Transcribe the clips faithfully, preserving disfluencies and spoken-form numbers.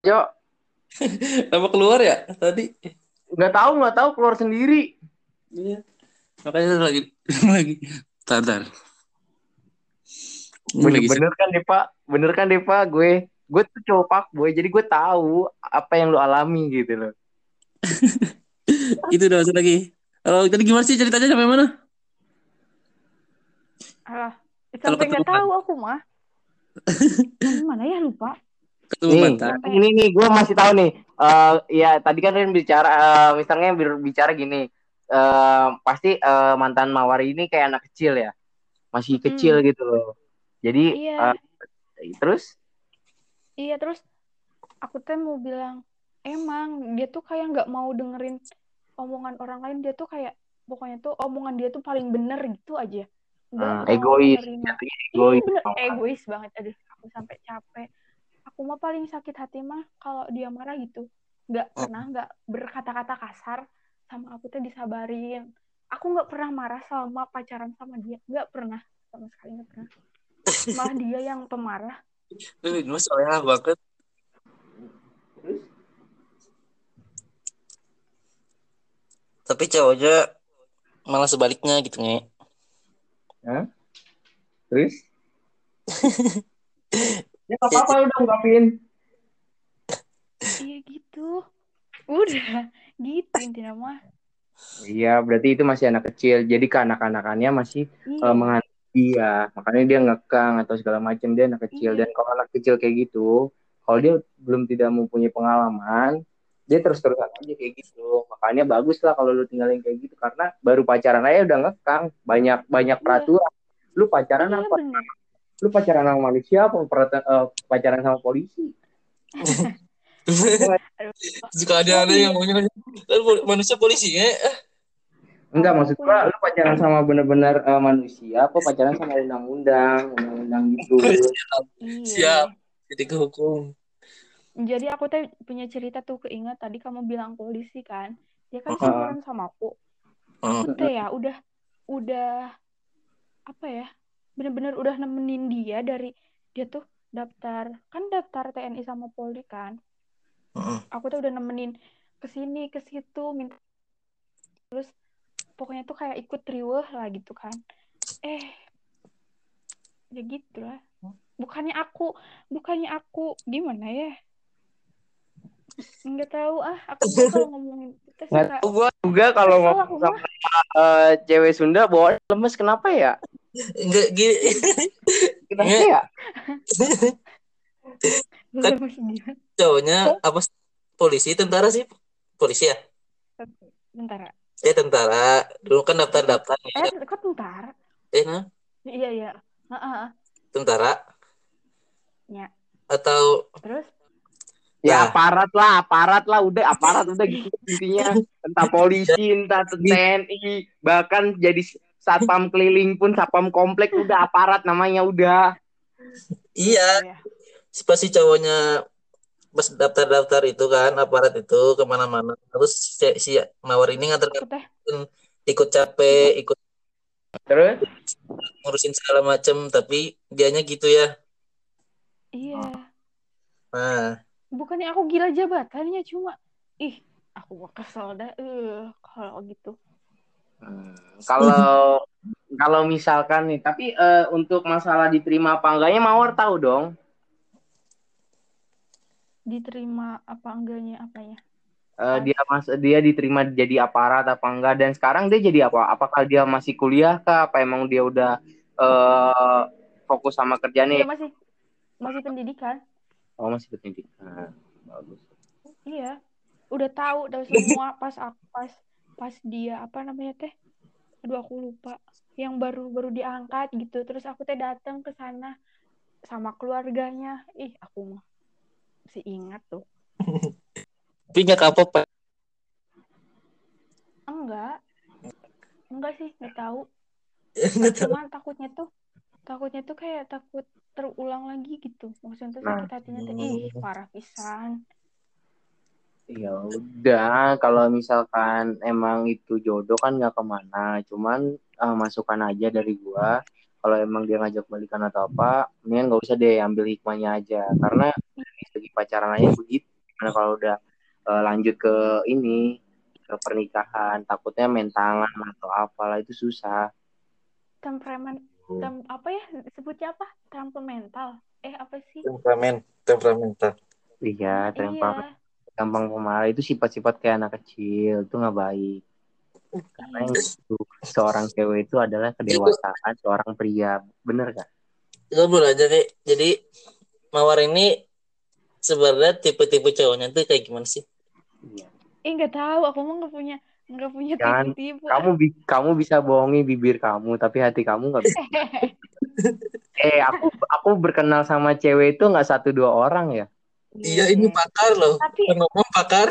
Yo, Apa keluar ya tadi? nggak tahu nggak tahu keluar sendiri. Iya. Makanya lagi lagi. Tar, tar. Ini Bener, lagi set. bener kan Deva? Bener kan Deva? Gue gue tuh cowok pak boy, jadi gue tahu apa yang lu alami gitu loh. Itu udah masuk lagi. Kalau tadi gimana sih ceritanya sampai mana? Alah, Kalau sampai ketemu nggak tahu aku mah. Sampai mana ya lupa. ketemu Nih, mantan. Sampai ini nih gue masih tahu nih. Eh ya tadi kan Rin bicara, eh, misalnya berbicara gini. Eh pasti eh, mantan Mawar ini kayak anak kecil ya, masih kecil mm, gitu loh. Jadi eh, iya, terus, iya terus aku tuh mau bilang emang dia tuh kayak nggak mau dengerin omongan orang lain. Dia tuh kayak pokoknya tuh omongan dia tuh paling bener gitu aja. Nggak eh, mau egois, menerima. jatuhnya Iya egois. bener egois banget. Aduh, aku sampai capek. Aku mah paling sakit hati mah kalau dia marah gitu. Nggak pernah nggak berkata-kata kasar sama aku tuh disabarin. Aku nggak pernah marah sama pacaran sama dia. Nggak pernah sama sekali nggak pernah. Malah dia yang pemarah. Ini mas soalnya banget. Tapi cowoknya malah sebaliknya gitu nge. Hah? Terus? Ya nggak Ya, apa-apa udah ungkapin. Iya gitu. Udah gitu intinya mah. Iya, berarti itu masih anak kecil. Jadi keanak-anakannya masih uh, Iya, mengandung dia. Makanya dia ngekang atau segala macam, dia anak kecil. Dan iya, kalau anak kecil kayak gitu, kalau dia belum tidak mempunyai pengalaman, dia terus-terusan aja kayak gitu. Makanya bagus lah kalau lu tinggalin kayak gitu, karena baru pacaran aja udah ngekang, banyak banyak iya, peraturan. Lu pacaran iya apa? bener. Lu pacaran sama manusia apa perata- uh, pacaran sama polisi? Ya, Aduh, suka ada oh ada yang iya, ngomongnya kan manusia polisi ya. enggak, sama maksud aku gua juga. lu pacaran sama bener-bener uh, manusia apa pacaran sama undang-undang, undang-undang gitu. Siap, Iya, siap. iya. Jadi ke hukum. Jadi aku tuh punya cerita tuh keinget tadi kamu bilang polisi kan. Dia kan Heeh. seumuran sama aku. Aku Oh, teh ya udah udah apa ya? Bener-bener udah nemenin dia dari dia tuh daftar kan daftar T N I sama Polri kan. oh. Aku tuh udah nemenin ke sini ke situ minta terus pokoknya tuh kayak ikut riweh lah gitu kan. Eh, ya gitu lah. Bukannya aku bukannya aku gimana ya? Nggak tahu ah, aku mah kalau ngomongin kita Nggak suka tahu gua juga kalau kesel ngomong aku mah. sama uh, cewek Sunda bawa lemes, kenapa ya? Enggak gini. Kenapa Nge, ya? kan Lemes gimana? cowoknya apa sih? Polisi, tentara sih. Polisi ya? Bentar. Eh tentara. Dulu kan Iya. daftar-daftar Eh, ya. kok tentara? Eh nah, Iya, iya. Heeh, tentara ya. atau Terus Ya lah aparat lah, aparat lah, udah aparat udah gitu intinya. Entah ya, polisi, entah di- T N I, bahkan jadi satpam keliling pun, satpam komplek udah aparat namanya udah. iya, iya, iya, iya. pas si cowoknya pas daftar-daftar itu kan aparat itu kemana-mana terus si, si Mawar ini nganter Aku teh ikut capek ikut Terus ngurusin segala macem tapi dianya gitu ya. iya. Nah, Bukannya aku gila jabatannya cuma ih, aku gak kesel dah eh kalau gitu. hmm, kalau kalau misalkan nih, tapi eh, untuk masalah diterima apa enggaknya Mawar tahu dong. Diterima apa enggaknya apanya? Eh, Pas dia mas dia diterima jadi aparat apa enggak, dan sekarang dia jadi apa? Apakah dia masih kuliah kah? Apa emang dia udah eh, fokus sama kerjanya? dia masih masih pendidikan. Oh, masih pendidikan. Bagus. Iya, udah tahu tahu semua pas aku pas pas dia apa namanya teh, aduh aku lupa, yang baru baru diangkat gitu terus aku teh datang ke sana sama keluarganya. Ih, aku mah masih ingat tuh. tapi nggak kapok Pak. Enggak, enggak sih, nggak tahu. Nggak tahu. Cuma takutnya tuh takutnya tuh kayak takut terulang lagi gitu, maksudnya tuh Nah, sakit hatinya tuh ih Hmm, parah pisan. ya udah, kalau misalkan emang itu jodoh kan nggak kemana. Cuman ah, masukan aja dari gua. Kalau emang dia ngajak balikan atau apa, mendingan nggak usah deh, ambil hikmahnya aja. Karena dari segi pacaran aja begitu. gimana kalau udah uh, lanjut ke ini ke pernikahan, takutnya main tangan atau apalah itu susah. Temperamen, tem, apa ya sebutnya apa? Temperamental. Eh apa sih? Temperamen, temperamental. Iya, Nah, gampang iya. gampang pemarah itu sifat-sifat kayak anak kecil itu nggak baik. Karena yang Iya. itu seorang cewek itu adalah kedewasaan seorang pria, bener gak? Gue boleh aja nih. Jadi Mawar ini sebenarnya tipe-tipe cowoknya tuh kayak gimana sih? Iya. Eh nggak tahu, aku mah nggak punya nggak punya Jangan tipe-tipe. kamu bi- kamu bisa bohongi bibir kamu, tapi hati kamu nggak bisa. Eh, aku aku berkenal sama cewek itu nggak satu dua orang ya. Iya, ini pakar loh. Tapi Ngomong pakar.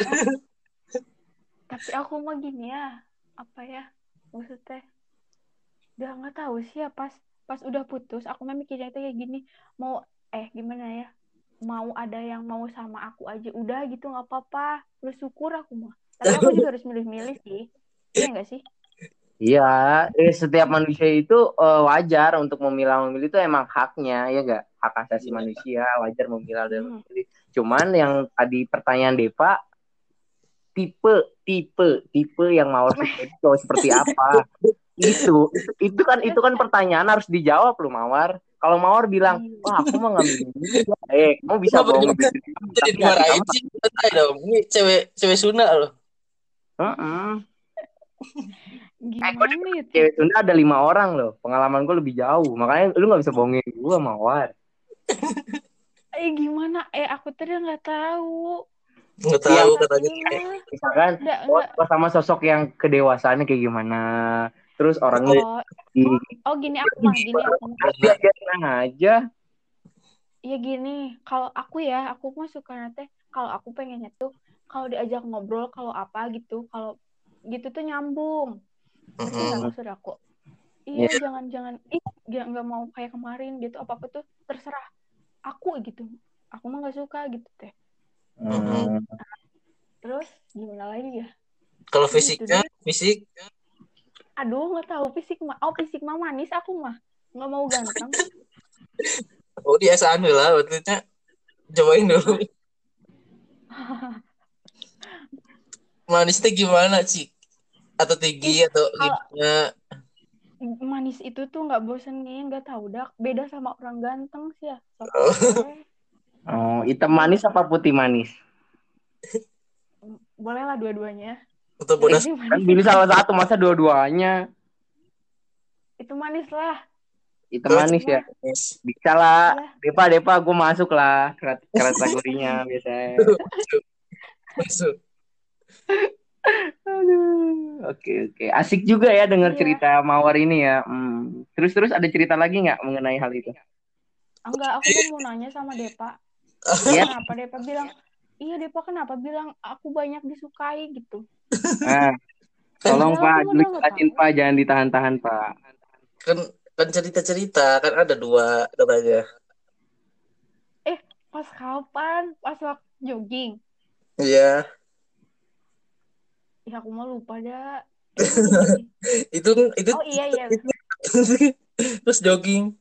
tapi aku mah gini ya, apa ya? Maksudnya udah nggak tahu sih ya, pas pas udah putus aku mah mikirnya itu kayak gini, mau eh gimana ya? Mau ada yang mau sama aku aja udah gitu nggak apa-apa, bersyukur aku mah. Tapi aku juga harus milih-milih sih. Iya nggak sih? Iya, eh, setiap manusia itu eh, wajar untuk memilah-memilih itu emang haknya, ya nggak? Hak asasi Iya. manusia wajar memilah dan Hmm. memilih. Cuman yang tadi pertanyaan Deva, tipe tipe tipe yang Mawar suka itu cowok seperti apa? Itu, itu itu kan itu kan pertanyaan harus dijawab loh Mawar. Kalau Mawar bilang, wah aku mah nggak milih, eh kamu bisa Kenapa bohong jadi, bibir kamu, jadi tapi hati dimarahin kamu, sih? Santai dong. Ini cewek cewek Sunda loh. Heeh. Gimana ya tuh? Cewek Sunda ada lima orang loh, pengalaman gue lebih jauh, makanya lu nggak bisa bohongin gue Mawar. Eh gimana? Eh aku tadi nggak tahu. Nggak Yang tahu katanya. Iya. misalkan Nggak oh, nggak. sama sosok yang kedewasaannya kayak gimana, terus orangnya Oh di oh gini aku mah gini aku mah. dia dia tenang aja. Ya gini, kalau aku ya, aku mah suka nanti kalau aku pengennya tuh kalau diajak ngobrol kalau apa gitu, kalau gitu tuh nyambung. Ngerti nggak Mm-mm. maksud aku? Iya. Iya, jangan-jangan ih nggak nggak mau kayak kemarin gitu, apa-apa tuh terserah aku gitu. Aku mah nggak suka gitu teh. Hmm. Terus gimana lagi ya? Kalau Gitu fisiknya, deh. fisik, Aduh, nggak tahu fisik mah. Oh, fisik mah manis aku mah. Nggak mau ganteng. oh dia S A N lah, berarti cobain dulu. Manisnya gimana sih? Atau tinggi Ih, atau kalau gimana? manis itu tuh nggak bosenin, nggak tahu dah. Beda sama orang ganteng sih ya. Sok Oh. teh. Oh, hitam manis apa putih manis? Boleh lah dua-duanya. Atau Yang bodas. penting Kan manis. pilih salah satu, masa dua-duanya? Itu manis lah. Hitam manis ya? Bisa lah. Iya. Depa, Depa, gue masuk lah ke kategorinya biasanya. Masuk. Masuk. Aduh, oke oke. Asik juga ya dengar Iya. cerita Mawar ini ya. Hmm. Terus terus ada cerita lagi nggak mengenai hal itu? Enggak, aku tuh mau nanya sama Depa. Iya. Kenapa Depa bilang, iya Depa kenapa bilang aku banyak disukai gitu. Nah, tolong Padahal Pak, aku udah nggak jelasin tahu. Pak, jangan ditahan-tahan Pak. Kan kan cerita-cerita kan ada dua katanya. Eh, pas kapan? Pas waktu jogging. Iya. Ya aku mau lupa dah. Eh, itu itu oh iya iya. terus jogging.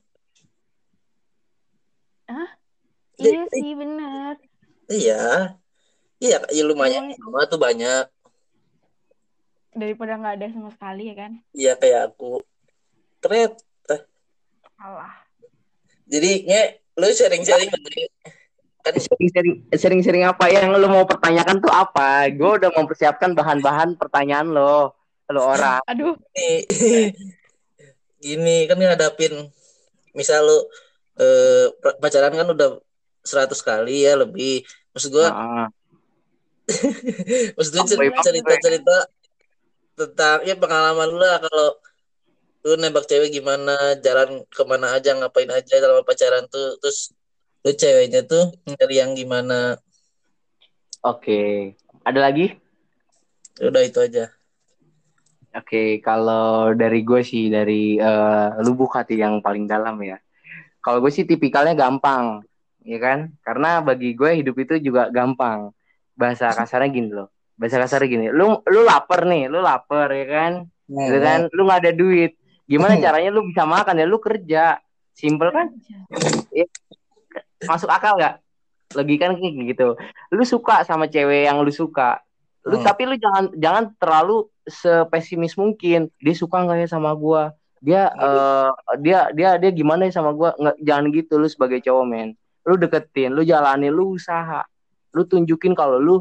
Hah? Iya sih benar. Iya. Iya, ya lumayan Emang sama tuh banyak. daripada nggak ada sama sekali ya kan? Iya kayak aku. Keren. Alah. Jadi nge, lu sharing-sharing nanti. Kan Sering-sering sering-sering apa yang lo mau pertanyakan tuh apa? Gue udah mempersiapkan bahan-bahan pertanyaan lo, lo orang. Aduh. nih gini kan ngadapin misal lu eh, pacaran kan udah seratus kali ya lebih. Maksud gue Nah, maksud gue Boy, Gimana cerita-cerita tentang ya pengalaman lu lah kalau lu nembak cewek gimana, jalan kemana aja, ngapain aja dalam pacaran tuh, terus lu ceweknya tuh nyari yang gimana. Oke, ada lagi? Udah itu aja. Oke, kalau dari gue sih dari eh, lubuk hati yang paling dalam ya. Kalau gue sih tipikalnya gampang, ya kan? Karena bagi gue hidup itu juga gampang. Bahasa kasarnya gini loh. Bahasa kasarnya gini. Lu lu lapar nih, lu lapar ya kan? Gitu kan? Lu nggak ada duit. Gimana caranya lu bisa makan ya? Lu kerja. Simple kan? Ya. Masuk akal nggak? lagi kan kayak gitu. Lu suka sama cewek yang lu suka, lu Hmm. tapi lu jangan jangan terlalu sepesimis mungkin. Dia suka nggak ya sama gua? Dia uh, dia dia dia gimana ya sama gua? Nggak, jangan gitu lu sebagai cowok, men. Lu deketin, lu jalani, lu usaha, lu tunjukin kalau lu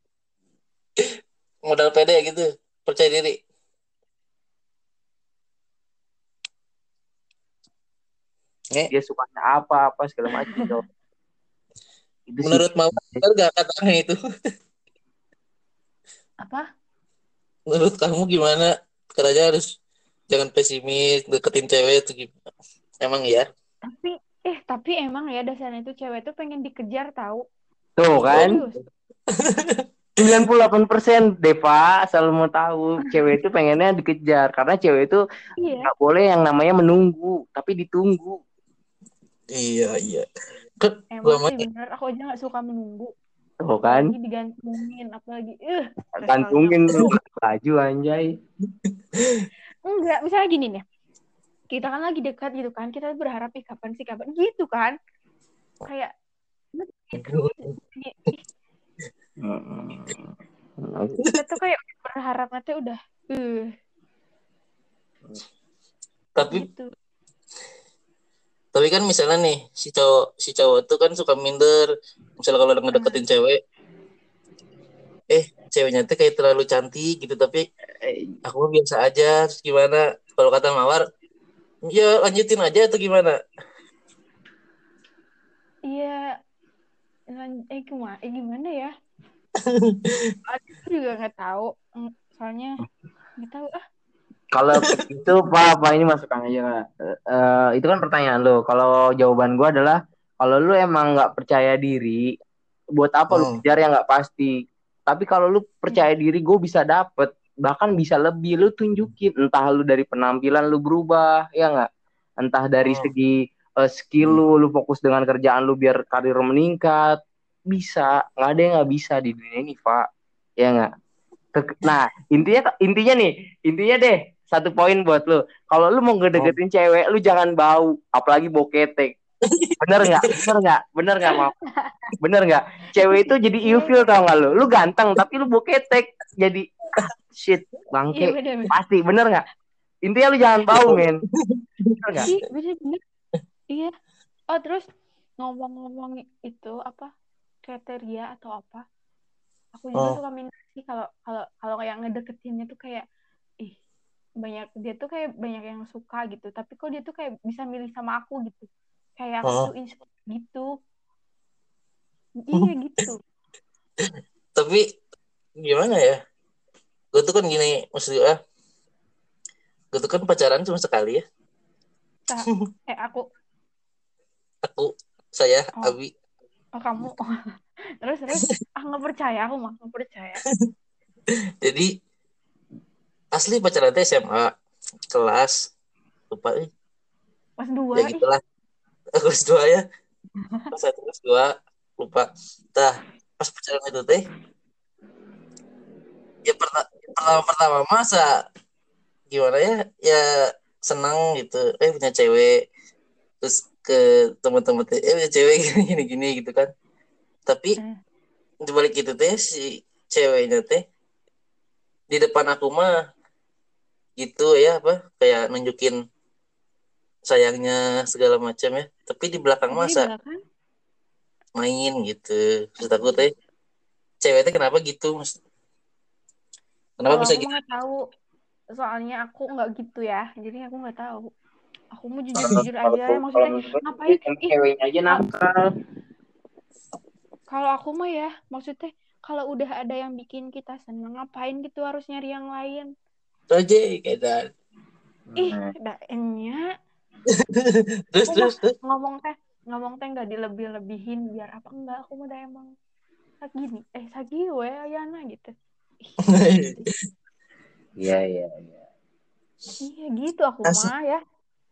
Modal pede gitu, percaya diri. Nih, dia sukanya apa apa segala macam tuh. Itu sih. menurut Mawar benar nggak katanya itu? Apa? Menurut kamu gimana? Kerja harus jangan pesimis, deketin cewek itu gimana? Emang ya? Tapi eh tapi emang ya dasarnya itu cewek tuh pengen dikejar tahu. Tuh kan. Serius. sembilan puluh delapan persen Deva asal mau tahu cewek itu pengennya dikejar karena cewek itu Iya. nggak boleh yang namanya menunggu tapi ditunggu. Iya iya. Kan Emang lama sih bener, aku aja nggak suka menunggu. Tuh kan. Apalagi digantungin, apalagi eh uh, Gantungin lu baju anjay. Enggak, misalnya gini nih. Kita kan lagi dekat gitu kan, kita berharap ih kapan sih kapan gitu kan. Kayak kita tuh kayak berharapnya tuh udah uh tapi gitu. tapi kan misalnya nih si cowok si cowok tuh kan suka minder. Misalnya kalau udah ngedeketin cewek, eh ceweknya tuh kayak terlalu cantik gitu, tapi aku mah biasa aja. Terus gimana? Kalau kata Mawar, ya lanjutin aja atau gimana? Iya, eh gimana, eh gimana ya? Aku juga nggak tahu, soalnya nggak tahu ah. Kalau itu pak, apa ini masukan aja nggak? Uh, itu kan pertanyaan lo. Kalau jawaban gue adalah kalau lu emang nggak percaya diri, buat apa lu Hmm. kejar yang nggak pasti? Tapi kalau lu percaya diri, gue bisa dapet, bahkan bisa lebih. Lu tunjukin, entah lu dari penampilan lu berubah, ya nggak? Entah dari Hmm. segi uh, skill lu, lu fokus dengan kerjaan lu biar karir meningkat, bisa. Nggak ada yang nggak bisa di dunia ini, Pak. Ya nggak? Nah, intinya intinya nih, intinya deh satu poin buat lu. Kalau lu mau ngedeketin oh. cewek, lu jangan bau, apalagi bau ketek. Bener nggak? Bener nggak? Bener nggak mau? Bener nggak? Cewek itu jadi ilfil tau nggak lu? Lu ganteng tapi lu bau ketek, jadi ah, shit bangke. Iya, bener, bener. Pasti bener nggak? Intinya lu jangan bau, men. Bener nggak? Iya, bener bener. Iya. Oh terus ngomong-ngomong itu apa kriteria atau apa? Aku juga oh. suka minder sih kalau kalau kalau kayak ngedeketinnya tuh kayak ih banyak dia tuh kayak banyak yang suka gitu, tapi kok dia tuh kayak bisa milih sama aku gitu, kayak aku oh. tuh insecure gitu. Iya gitu. Tapi gimana ya? Gue tuh kan gini, maksud gue, gue tuh kan pacaran cuma sekali ya. Nah, eh aku. Aku, saya, oh. Abi. Oh kamu. terus terus ah nggak percaya aku mah nggak percaya. Jadi asli pacaran S M A kelas lupa nih. Kelas dua. Ya gitulah. Kelas dua ya. Kelas satu kelas dua lupa. Tah pas pacaran itu teh. Ya pertama pertama pertama masa gimana ya ya senang gitu. Eh punya cewek. Terus ke teman-teman teh eh punya cewek gini gini gitu kan. Tapi hmm. dibalik itu teh si ceweknya teh di depan aku mah gitu ya apa kayak nunjukin sayangnya segala macam ya, tapi di belakang masa main gitu. Maksud aku teh ceweknya kenapa gitu? Kenapa oh, bisa aku gitu? Nggak tahu, soalnya aku nggak gitu ya, jadi aku nggak tahu. Aku mau jujur-jujur aja, maksudnya ngapain? Ceweknya aja nakal. Kalau aku mah ya, maksudnya kalau udah ada yang bikin kita seneng, ngapain gitu harus nyari yang lain? Aja kayak ih, daengnya. terus aku terus, terus ngomong teh, ngomong teh nggak dilebih-lebihin biar apa enggak? Aku udah emang gini, eh sagi we ayana gitu. Iya iya iya. Iya gitu aku As- mah ya.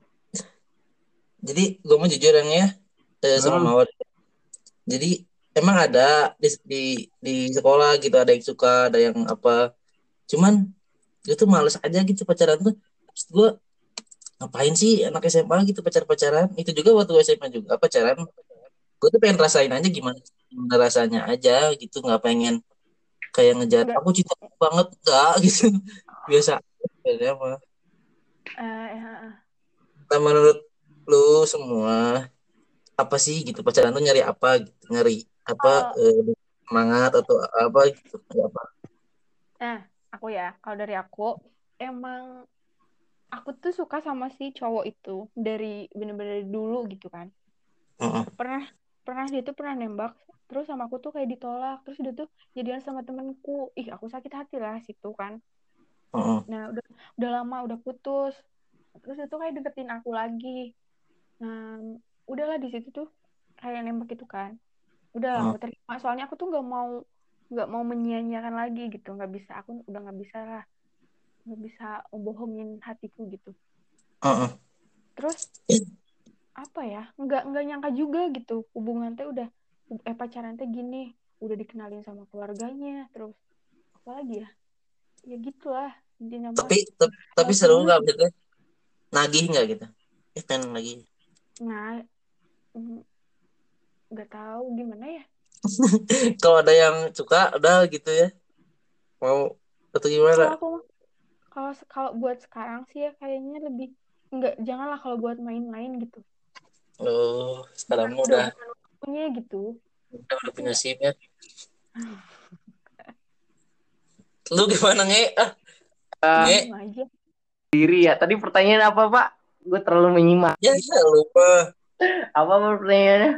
Jadi gue mau jujur ya eh, sama hmm. Mawar. Jadi emang ada di, di di sekolah gitu ada yang suka, ada yang apa. Cuman gue tuh males aja gitu pacaran tuh. Gue ngapain sih anak S M A gitu pacar-pacaran? Itu juga waktu S M A juga pacaran. Gue tuh pengen rasain aja gimana rasanya aja gitu, nggak pengen kayak ngejar Enggak, aku cinta banget enggak gitu. Biasa aja mah. eh, ya, Nah, menurut lu semua apa sih gitu pacaran tuh nyari apa gitu, nyari apa kalau eh, semangat atau apa gitu, nyari apa. nah aku ya, kalau dari aku emang aku tuh suka sama si cowok itu dari bener-bener dari dulu gitu kan. Heeh, Pernah pernah dia tuh pernah nembak, terus sama aku tuh kayak ditolak, terus dia tuh jadian sama temenku. Ih, aku sakit hati lah situ kan. heeh, Nah, udah udah lama udah putus. Terus itu kayak deketin aku lagi. Nah, udahlah di situ tuh kayak nembak itu kan. Udahlah heeh, aku terima. Soalnya aku tuh nggak mau nggak mau menyia-nyiakan lagi gitu. Nggak bisa, aku udah nggak bisa lah, nggak bisa bohongin hatiku gitu. heeh. Terus apa ya? Nggak nggak nyangka juga gitu. Hubungan teh udah eh pacaran teh gini, udah dikenalin sama keluarganya. Terus apa lagi ya? Ya gitulah intinya mah. Tapi tapi, tapi Mau seru tulus nggak gitu. maksudnya? Nagih nggak gitu? Eh kan lagi. Nah, mm, nggak tahu gimana ya. Kalau ada yang suka udah gitu ya. Mau atau gimana? Kalau aku kalau kalau buat sekarang sih ya kayaknya lebih nggak janganlah kalau buat main-main gitu. Oh, sekarang Bukan udah udah bukan waktunya gitu. udah, udah Tapi punya ya SIM ya. Lu gimana nge? Ah, nge? diem aja. Diri ya. Tadi pertanyaan apa, Pak? Gue terlalu menyimak. Ya, ya lupa. Apa pertanyaannya?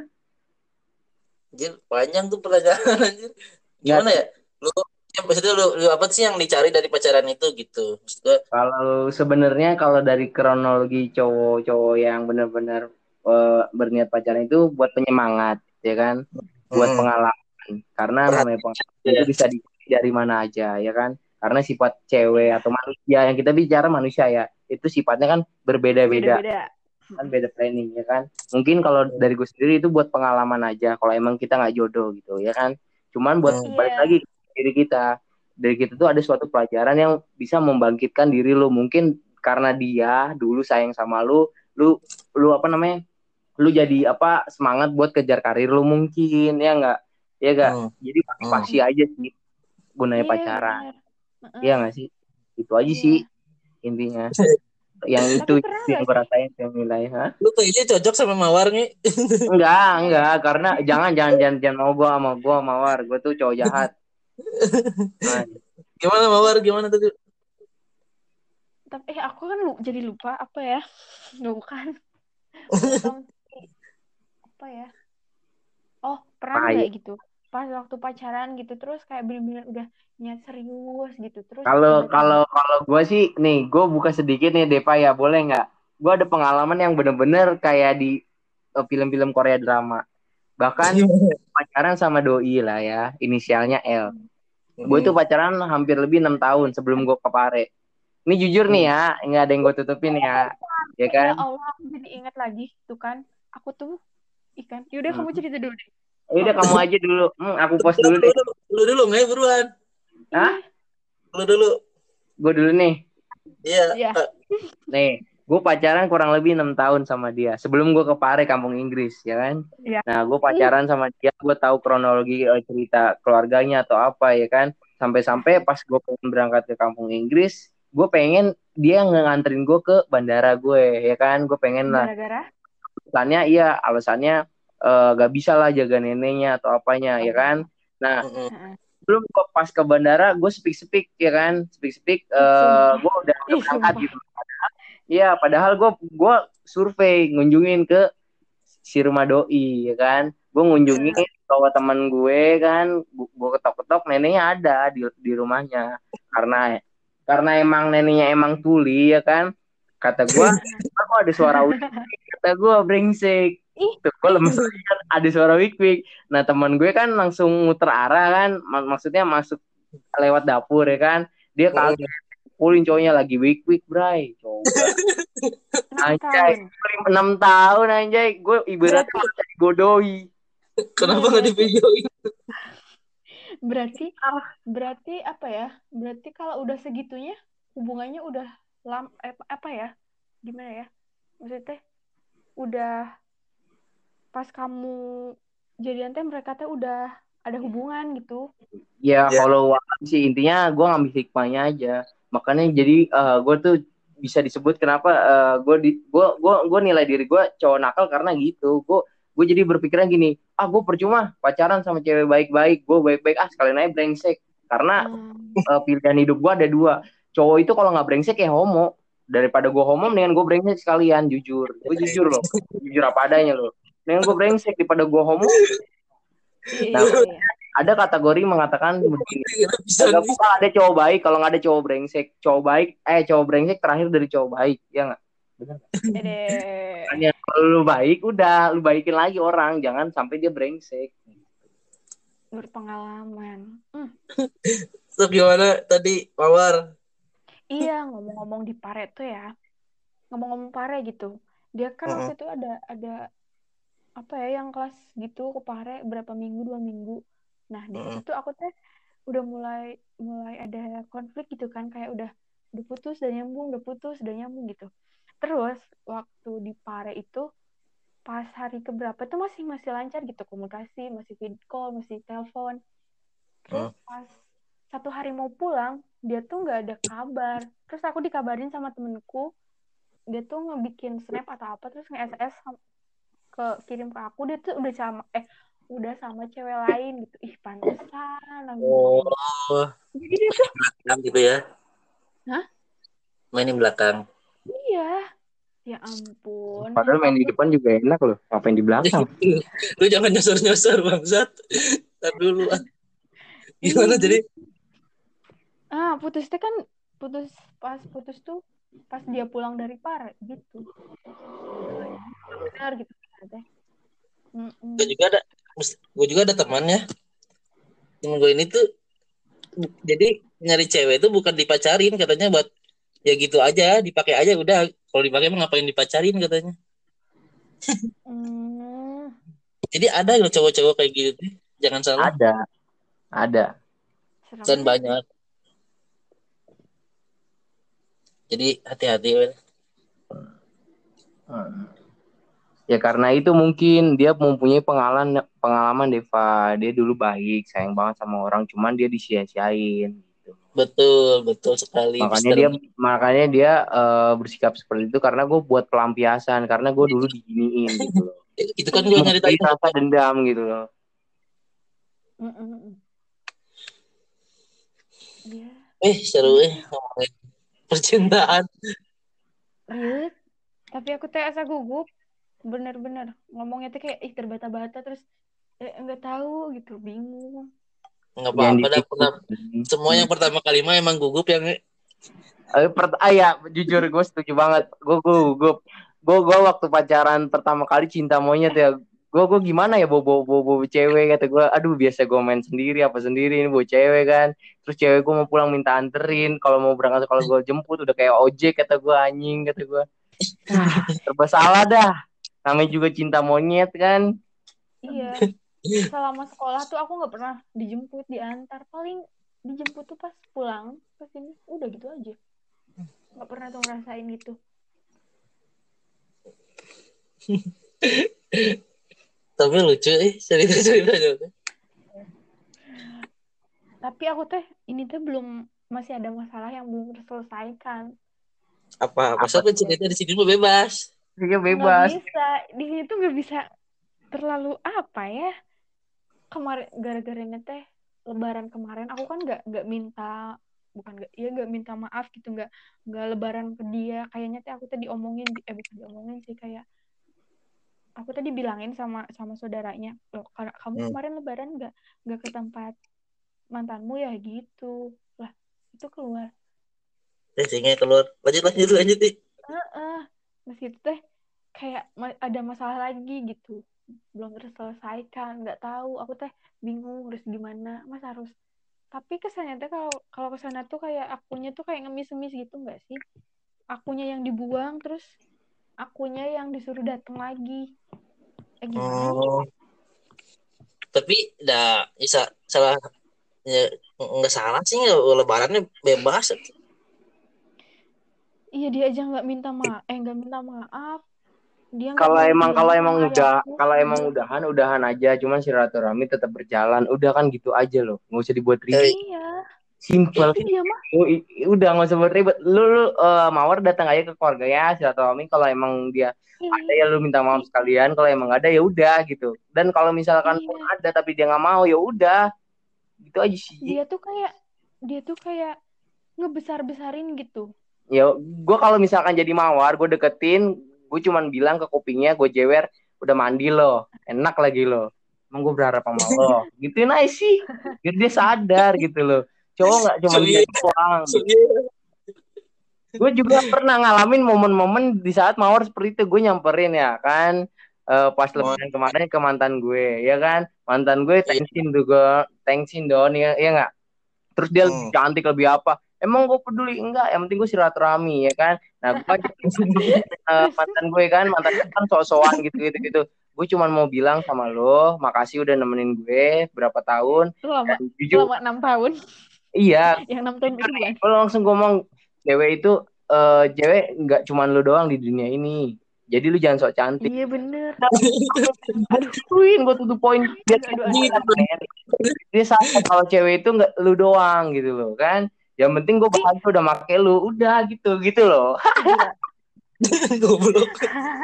Anjir, panjang tuh pertanyaan anjir. Nggak, Gimana ya? Lu ya maksudnya lu, lu apa sih yang dicari dari pacaran itu gitu? Maksud gua, kalau sebenarnya kalau dari kronologi cowok-cowok yang benar-benar eh, berniat pacaran itu buat penyemangat, ya kan? Buat hmm, pengalaman. Karena namanya perhatian pengalaman gitu itu ya. bisa dicari dari mana aja, ya kan? Karena sifat cewek Iya, atau manusia yang kita bicara manusia ya, itu sifatnya kan berbeda-beda, beda-beda. kan beda planning, ya kan? Mungkin kalau dari gue sendiri itu buat pengalaman aja. Kalau emang kita nggak jodoh gitu, ya kan? Cuman buat Hmm, balik Iya, lagi ke diri kita, dari kita tuh ada suatu pelajaran yang bisa membangkitkan diri lu. Mungkin karena dia dulu sayang sama lu, lu lu apa namanya? Lu jadi apa semangat buat kejar karir lu mungkin, ya nggak? Ya nggak? hmm, Jadi hmm. motivasi aja sih gunanya iya pacaran. benar. Heeh, Iya nggak sih? Itu aja sih iya. intinya. Yang itu Tapi pernah yang nggak gue sih? rasain yang nilai, ha? Lu kayaknya cocok sama Mawar nih. Enggak, enggak, karena jangan jangan jangan jangan mau gua sama gua mawar, gua tuh cowok jahat. Nah, Gimana Mawar? Gimana tadi? Tapi eh aku kan lu, jadi lupa apa ya? Nggak bukan. Belum sih. Apa ya? Oh, pernah nah, nggak ya. gitu? Pas waktu pacaran gitu terus kayak bener-bener udah niat serius gitu. Terus Kalau tiba-tiba kalau kalau gua sih nih, gua buka sedikit nih Depa ya, boleh nggak? Gua ada pengalaman yang bener-bener kayak di eh, film-film Korea drama. Bahkan Gimana? pacaran sama doi lah ya, inisialnya L. Gue itu Hmm, pacaran hampir lebih enam tahun sebelum gue ke Pare. Ini jujur nih hmm, ya, nggak ada yang gue tutupin ya, ya ya kan? Allah, aku jadi ingat lagi tuh kan. Aku tuh ikan. Yaudah kamu Hmm. cerita dulu deh. Ya udah Kalau kamu aku aja dulu. Hmm, aku post Lu dulu lu deh. dulu, lu dulu nge buruan. iya, Hah? Lu dulu. Gue dulu nih. Iya. iya. eh, Nih, gue pacaran kurang lebih enam tahun sama dia. Sebelum gue ke Pare, kampung Inggris, ya kan? Iya. Nah, gue Ih, pacaran sama dia, gue tahu kronologi eh, cerita keluarganya atau apa, ya kan? Sampai-sampai pas gue pengen berangkat ke kampung Inggris, gue pengen dia nganterin gue ke bandara gue, ya kan? Gue pengen lah. gara-gara Alasannya, iya, alasannya eh, gak bisa lah jaga neneknya atau apanya, ya kan? Nah, mm-mm. Heeh. belum gue pas ke bandara, gue speak-speak, ya kan? Speak-speak, Ih, eh sumpah. gue udah, udah Ih, berangkat sumpah. gitu. Iya, padahal gue gue survei ngunjungin ke si rumah doi, ya kan. Gue ngunjungin bawa teman gue kan, gue ketok-ketok neneknya ada di di rumahnya. Karena karena emang neneknya emang tuli, ya kan. Kata gue, kok ada suara wik, kata gue brengsek. Ih, Tuh, gue ih, lemes kan, ada suara wik-wik. Nah, teman gue kan langsung muter arah kan, mak- maksudnya masuk lewat dapur, ya kan. Dia kaget, Mm-mm. pulin cowoknya lagi wik-wik, bray. Coba. enam Anjay, tahun. enam tahun anjay. Gue ibaratnya Berarti bisa digodohi. Kenapa iya, nggak di berarti videoin? berarti berarti apa ya? Berarti kalau udah segitunya hubungannya udah lam eh, apa ya? Gimana ya? Maksudnya udah pas kamu jadian teh mereka teh udah ada hubungan gitu. Ya Ya. kalau sih intinya gue ngambil hikmahnya aja. Makanya jadi uh, gue tuh bisa disebut kenapa uh, gue di gue gue gue nilai diri gue cowok nakal karena gitu. Gue gue jadi berpikiran gini, ah gue percuma pacaran sama cewek baik-baik, gue baik-baik ah sekalian aja brengsek. Karena Hmm. uh, pilihan hidup gue ada dua. Cowok itu kalau nggak brengsek ya homo. Daripada gue homo, mendingan gue brengsek sekalian, jujur. Gue jujur loh, jujur apa adanya loh. Mendingan gue brengsek daripada gue homo. Iya, Nah, iya, iya. ada kategori mengatakan begini, Bisa gak nih. apa ada cowok baik kalau nggak ada cowok brengsek. Cowok baik, eh cowok brengsek terakhir dari cowok baik, ya nggak? Benar. Dede. Makanya kalau lu baik, udah lu baikin lagi orang, jangan sampai dia brengsek. Berpengalaman. Hmm. Terus gimana tadi Mawar? Iya, ngomong-ngomong di Pare tuh ya. Ngomong-ngomong Pare gitu. Dia kan Uh-uh. waktu itu ada ada apa ya yang kelas gitu ke Pare berapa minggu, dua minggu. Nah, di situ Uh-uh. tuh aku teh udah mulai mulai ada konflik gitu kan, kayak udah udah putus udah nyambung, udah putus udah nyambung gitu. Terus waktu di Pare itu pas hari keberapa tuh masih masih lancar gitu komunikasi, masih video call, masih telepon. Terus Uh-uh. pas satu hari mau pulang, dia tuh nggak ada kabar. Terus aku dikabarin sama temenku, dia tuh ngebikin snap atau apa, terus nge-S S ke kirim ke aku, dia tuh udah sama eh udah sama cewek lain gitu. Ih, pantesan aku bilang. Oh, Jadi dia tuh, belakang gitu ya? hah? Mainin belakang. Iya. Ya ampun. Padahal main di Aku depan juga enak loh, ngapain di belakang? Lu jangan nyosor-nyosor bangsat. Ntar dulu ah. Gimana iya jadi? gitu. Ah, putus teh kan putus pas putus tuh pas dia pulang dari Pare gitu. Benar gitu kan teh. Gue Mm-mm. juga ada, gue juga ada temannya. Temen gue ini tuh, jadi nyari cewek itu bukan dipacarin katanya, buat ya gitu aja, dipakai aja udah. Kalau dipakai emang ngapain dipacarin katanya. Mm, Jadi ada loh cowok-cowok kayak gitu. Jangan salah. Ada, ada. serem Dan teh. banyak. Jadi hati-hati. Wel. Hmm. Ya karena itu mungkin dia mempunyai pengalaman pengalaman Deva. Dia dulu baik, sayang banget sama orang, cuman dia disia-siain gitu. Betul, betul sekali, Makanya Mister. dia makanya dia uh, bersikap seperti itu karena gue buat pelampiasan karena gue dulu diginiin gitu loh. Itu kan gue Mungkin nyeritain. rasa dendam gitu loh. Mm-mm. Iya. Eh, seru Ini eh ngomongin percintaan. Riut. Tapi aku teh asa gugup. Bener-bener ngomongnya tuh kayak ih terbata-bata, terus eh, nggak tahu gitu, bingung. Nggak Yang apa-apa dah. Pernah, diikuti. semua yang pertama kali mah emang gugup yang Eh, per- ah ya, jujur gue setuju banget. Gue gue gue gue gue waktu pacaran pertama kali cinta monyet ya. Gue gue gimana ya bobo bobo bobo cewek kata gue. Aduh biasa gue main sendiri apa sendiri ini bobo cewek kan. Terus cewek gue mau pulang minta anterin. Kalau mau berangkat kalau gue jemput udah kayak ojek kata gue anjing kata gue. Ah serba salah dah. Namanya juga cinta monyet kan. Iya. Selama sekolah tuh aku nggak pernah dijemput, diantar. Paling dijemput tuh pas pulang ke sini. Udah gitu aja. Nggak pernah tuh ngerasain gitu. tapi lucu eh cerita-ceritanya. Tapi aku teh ini teh belum, masih ada masalah yang belum terselesaikan. Apa Apa masa cerita di sini mah bebas. sih Nggak bebas. bisa. Di sini tuh nggak bisa terlalu apa ya. Kemarin gara-gara ini teh Lebaran kemarin aku kan nggak nggak minta, bukan nggak ya nggak minta maaf gitu, nggak nggak Lebaran ke dia, kayaknya teh aku tadi omongin eh bukan diomongin sih, kayak aku tadi bilangin sama sama saudaranya, loh karena kamu Hmm. kemarin Lebaran nggak nggak ke tempat mantanmu ya gitu lah, itu keluar. Eh, sehingga keluar. Lanjut lanjut lanjut nih. Heeh. Mas itu teh kayak ma- ada masalah lagi gitu, belum terselesaikan, nggak tahu aku teh bingung harus gimana, mas harus, tapi kesannya teh kalau kalau kesana tuh kayak akunya tuh kayak ngemis-ngemis gitu nggak sih, akunya yang dibuang terus akunya yang disuruh datang lagi, eh gimana ya. Oh, tapi dah bisa salah ya, nggak salah sih ya, lebarannya bebas. Iya dia aja nggak minta maaf, eh nggak minta maaf, Dia nggak Kalau mau emang kalau hubungan emang sama udah ayahku. kalau emang udahan udahan aja, cuman silaturahmi tetap berjalan. Udah kan gitu aja loh. Nggak usah dibuat ribet. Eh, Iya, Simple. itu dia mah. Lu, i- udah nggak usah buat ribet. Lu, lu eh, Mawar datang aja ke keluarganya silaturahmi. Kalau emang dia ada Ih, ya lu minta maaf i- sekalian. Kalau emang nggak ada ya udah gitu. Dan kalau misalkan pun iya, ada tapi dia nggak mau ya udah gitu aja sih. dia tuh kayak dia tuh kayak ngebesar-besarin gitu. Ya gue kalau misalkan jadi Mawar gue deketin, gue cuman bilang ke kupingnya, gue jewer, udah mandi lo, enak lagi lo, emang gue berharap sama lo gituin aja sih, biar dia sadar gitu loh. Cowok nggak cuman dia Sugih, doang gitu. sugih. Gue juga pernah ngalamin momen-momen di saat Mawar seperti itu. Gue nyamperin ya kan, eh, pas Oh, lebaran kemarin ke mantan gue ya kan, mantan gue iya. thanksin juga, thanksin don ya, ya nggak. Terus dia lebih Hmm. cantik lebih apa? Emang gue peduli enggak? Yang penting gue silaturahmi ya kan. Nah gue uh, mantan gue kan, mantan gue kan sok-sokan gitu gitu gitu. Gue cuma mau bilang sama lo, makasih udah nemenin gue berapa tahun. Selama Dan jujur, selama enam tahun. iya. Yang enam tahun Jujur itu nih, bukan? gue langsung ngomong, cewek itu, uh, cewek nggak cuma lo doang di dunia ini. Jadi lu jangan sok cantik. Iya bener. Nah, Aduh, gituin gue tuh poin dia aduh, aduh, aduh, Gitu. aduh. men. Dia sadar kalau cewek itu nggak lu doang gitu loh kan. Yang penting gue Tapi, bahagia udah make lu, udah gitu gitu loh. ih, gila. Goblok.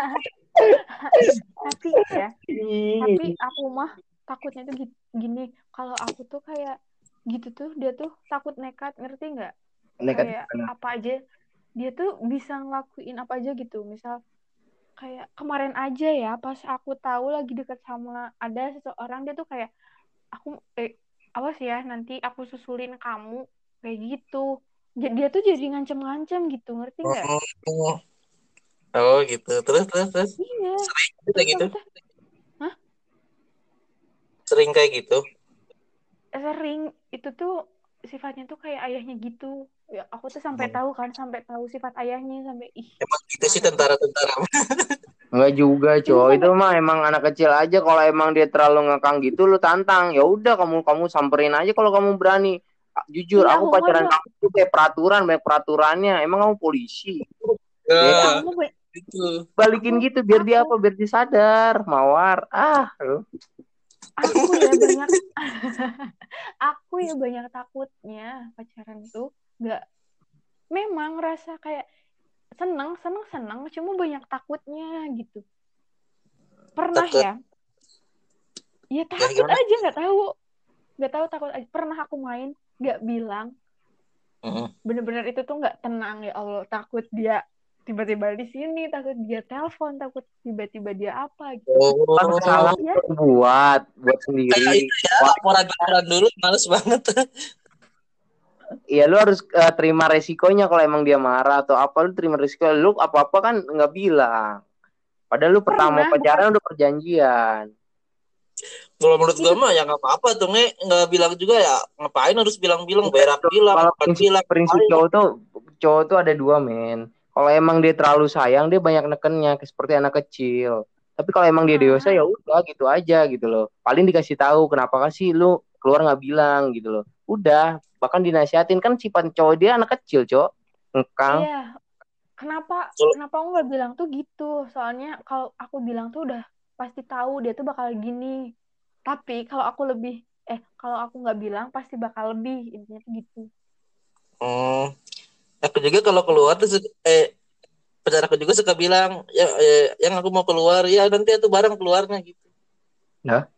Tapi ya, tapi aku mah takutnya tuh gi- gini. Kalau aku tuh kayak gitu tuh, dia tuh takut nekat, ngerti nggak? Nekat Kayak gimana? apa aja, dia tuh bisa ngelakuin apa aja gitu. Misal kayak kemarin aja ya, pas aku tahu lagi deket sama ada seseorang, dia tuh kayak aku eh awas ya nanti aku susulin kamu kayak gitu. Jadi dia tuh jadi ngancem-ngancem gitu, ngerti nggak? Oh, oh gitu. Terus terus terus. Iya. Sering kayak Terus gitu. aku tuh, hah? Sering kayak gitu. Sering itu tuh sifatnya tuh kayak ayahnya gitu. Ya, aku tuh sampai Hmm. tahu kan, sampai tahu sifat ayahnya, sampai ih Emang gitu sih parah sih. tentara-tentara. Enggak juga, Itu cowok. Itu sampai mah emang anak kecil aja. Kalau emang dia terlalu ngekang gitu, lu tantang. Ya udah, kamu kamu samperin aja kalau kamu berani. Jujur, iya aku aku mah pacaran udah kamu itu kayak peraturan, banyak peraturannya. Emang kamu polisi? Ya, iya Nah, aku mah ba- gitu. aku balikin gitu biar dia aku apa? Biar dia sadar, Mawar. Ah, lu. aku ya banyak aku ya banyak takutnya pacaran tuh nggak, memang rasa kayak seneng seneng seneng cuma banyak takutnya gitu. Pernah Takut. ya, ya Ya takut gimana? aja, nggak tahu nggak tahu takut aja. Pernah aku main nggak bilang, Mm-mm. bener-bener itu tuh nggak tenang, ya Allah, takut dia tiba-tiba di sini, takut dia telepon, takut tiba-tiba dia apa gitu. Kan Oh, kesalahan Ya lu buat, buat kayak sendiri. itu ya, Wah, laporan-laporan dulu males banget. ya lu harus eh, terima resikonya kalau emang dia marah atau apa, lu terima resiko. Lu apa-apa kan nggak bilang. Padahal lu pertama pernah, bukan pacaran udah perjanjian. Kalau menurut gue itu mah tuh. ya nggak apa-apa tuh, nge nggak bilang juga ya, ngapain harus bilang-bilang, Enggak, berak Cok. bilang, Kalau bukan prinsip bilang, prinsip ngapain. cowok tuh cowok tuh ada dua, men. Kalau emang dia terlalu sayang, dia banyak nekennya kayak seperti anak kecil. Tapi kalau emang dia dewasa ya Ah, udah gitu aja gitu loh. Paling dikasih tahu kenapa kasih lu keluar nggak bilang gitu loh. Udah, bahkan dinasihatin, kan sifat cowok dia anak kecil, cowok. Ngekang. iya, kenapa Kalau kenapa aku nggak bilang tuh gitu, soalnya kalau aku bilang tuh udah pasti tahu dia tuh bakal gini. Tapi kalau aku lebih eh kalau aku nggak bilang pasti bakal lebih, intinya tuh gitu. hmm, aku juga kalau keluar tuh su- eh pacar aku juga suka bilang ya, eh, yang aku mau keluar ya nanti itu bareng keluarnya gitu. Nah,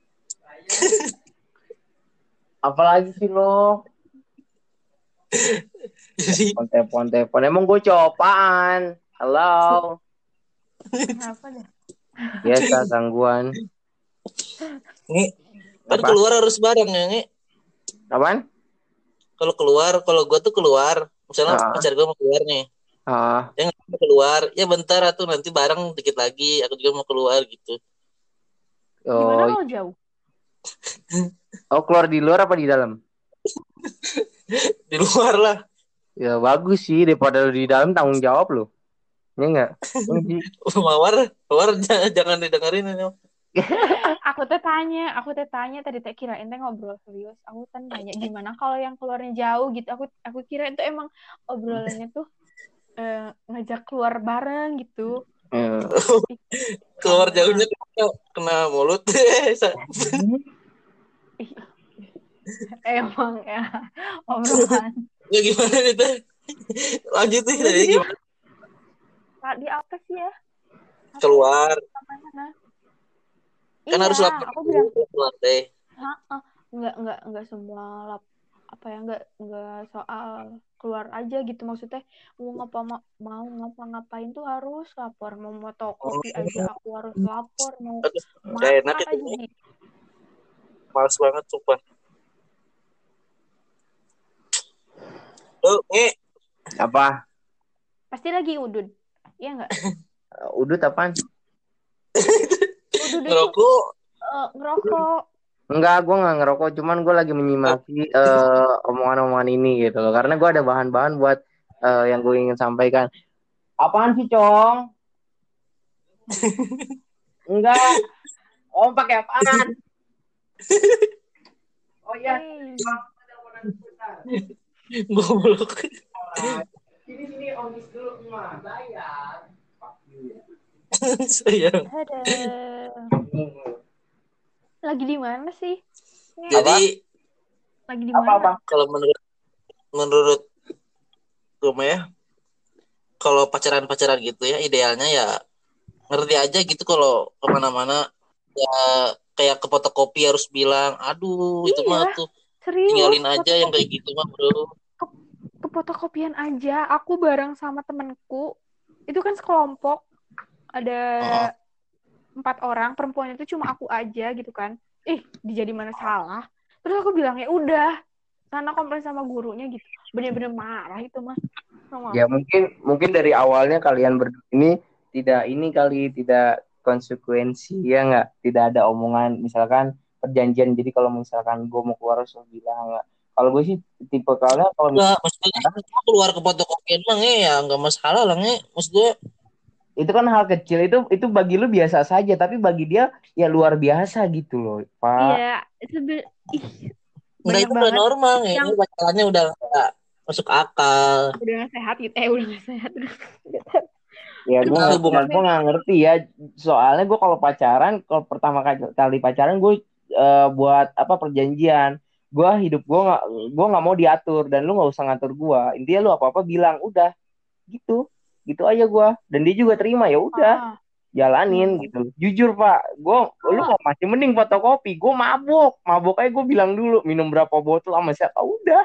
apalagi sih lo? Jadi Telepon, telepon, telepon. Emang gue cowok-apaan? Halo. Kenapa dah? Biasa gangguan. ini kan Apa? keluar harus bareng ya, Nge. Apaan? Kalau keluar, kalau gue tuh keluar, misalnya Ah, pacar gue mau keluar nih, ah. ya nggak mau keluar, ya bentar atau nanti bareng dikit lagi, aku juga mau keluar gitu. Gimana Oh, kalau jauh? oh, keluar di luar apa di dalam? Di luar lah. Ya bagus sih, daripada lu di dalam tanggung jawab lo. Ya enggak? Mawar, mawar jangan, jangan didengerin ini. Aku teh tanya, aku teh tanya tadi teh kirain teh ngobrol serius. Aku kan nanya gimana kalau yang keluarnya jauh gitu. Aku aku kira itu emang obrolannya tuh eh, ngajak keluar bareng gitu. Hmm. Keluar jauhnya kena, kena mulut. Emang ya obrolan. Ya gimana nih teh? Lanjut nih Lu tadi jadi gimana? di apa sih ya? Apa Keluar. ya? Sampai mana? Kan Iya, harus lapor aku dulu bilang, keluar teh. "Hah, ah, enggak enggak enggak semua lap, apa ya enggak enggak soal keluar aja gitu maksudnya mau ngapa ma- mau ngapa-ngapain tuh harus lapor, mau Oh, fotokopi aja aku harus lapor, mau aduh, gak enak makan itu. aja gitu. Males banget sumpah. Lu nge Apa? Pasti lagi udud. Iya enggak? Udut apaan? Udud itu ngerokok. eh, ngerokok. Enggak, gue nggak ngerokok, cuman gue lagi menyimaki eh, omongan-omongan ini gitu loh. Karena gue ada bahan-bahan buat eh, yang gue ingin sampaikan. Apaan sih, Cong? Enggak. Om pakai apaan? Oh iya. Eh, Goblok. Sini sini Om Is dulu mah bayar. Sayang. ada. Lagi di mana sih? Nge, Jadi lagi di Apa mana? apa? kalau menurut menurut gue mah ya, kalau pacaran-pacaran gitu ya idealnya ya ngerti aja gitu kalau kemana-mana ya kayak ke fotokopi harus bilang aduh itu mah Iya, tuh serius. tinggalin aja yang Fotokopi kayak gitu mah bro. ke, ke fotokopian aja. Aku bareng sama temenku. Itu kan sekelompok. Ada Heeh. empat orang. Perempuan itu cuma aku aja gitu kan. Ih, dijadi mana salah. Terus aku bilang, ya udah. Sana komplain sama gurunya gitu. Bener-bener marah itu mah. Sama Ya aku. mungkin mungkin dari awalnya kalian berdua ini tidak ini kali tidak konsekuensi ya nggak, tidak ada omongan misalkan perjanjian. Jadi kalau misalkan gue mau keluar harus bilang nggak. Kalau gue sih tipe kalian kalau Enggak, misalkan maksudnya keluar ke fotokopian mah nge, ya nggak masalah lah nge. Maksud gue itu kan hal kecil, itu itu bagi lu biasa saja, tapi bagi dia ya luar biasa gitu loh, Pak. Iya, sebe- ih, enggak, banyak itu udah banget normal nge. yang Pacarannya udah nggak masuk akal. udah gak sehat gitu. Eh, udah gak sehat. Udah gak sehat. Ya Aduh, gue Nah, nggak ya, hubungan gue nggak ngerti ya. Soalnya gue kalau pacaran, kalau pertama kali, kali pacaran gue eh, buat apa perjanjian. Gue hidup gue nggak gue nggak mau diatur dan lu nggak usah ngatur gue. Intinya lu apa apa bilang udah gitu gitu aja gue, dan dia juga terima, ya udah ah, jalanin hmm. gitu. Jujur Pak, gue lu Kalau mau masih mending fotokopi. Gue mabuk mabuk aja gue bilang dulu minum berapa botol sama siapa, udah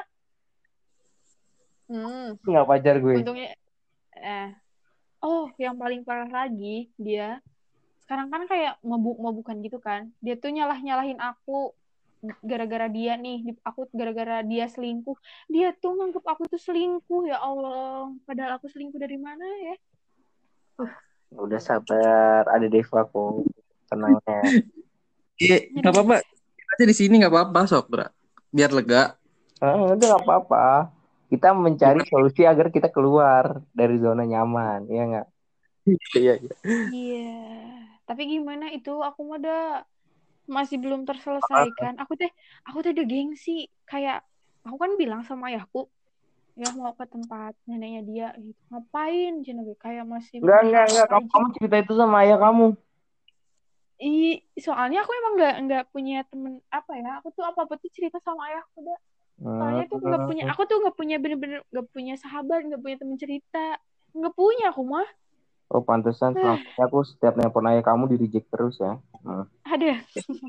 hmm, nggak pacar gue. untungnya eh oh, yang paling parah lagi dia sekarang kan kayak mabuk-mabukan gitu kan. Dia tuh nyalah-nyalahin aku gara-gara dia nih, aku gara-gara dia selingkuh. Dia tuh nganggep aku tuh selingkuh, ya Allah. Padahal aku selingkuh dari mana ya? Uh, Udah sabar, ada Deva kok, tenangnya. iya, nggak aduh. apa-apa. Kita aja di sini nggak apa-apa, sok, bro. Biar lega. Ah, udah gak apa-apa. Kita mencari Gimana? solusi agar kita keluar dari zona nyaman, ya nggak? Iya, iya. Iya, tapi gimana itu aku mah udah masih belum terselesaikan. Aku teh aku teh udah gengsi, kayak aku kan bilang sama ayahku ya mau ke tempat neneknya dia gitu. Ngapain Jenenge kayak masih Enggak, enggak, berharap enggak. Kamu, aja. kamu cerita itu sama ayah kamu. I, soalnya aku emang nggak nggak punya temen apa ya. Aku tuh apa apa tuh cerita sama ayahku dah. Soalnya tuh nggak punya, Hmm. aku tuh nggak punya bener-bener nggak punya sahabat, nggak punya temen cerita, nggak punya aku mah. Oh, pantesan selama Ah, ini aku setiap nelpon ayah kamu di reject terus ya. Hmm. ada.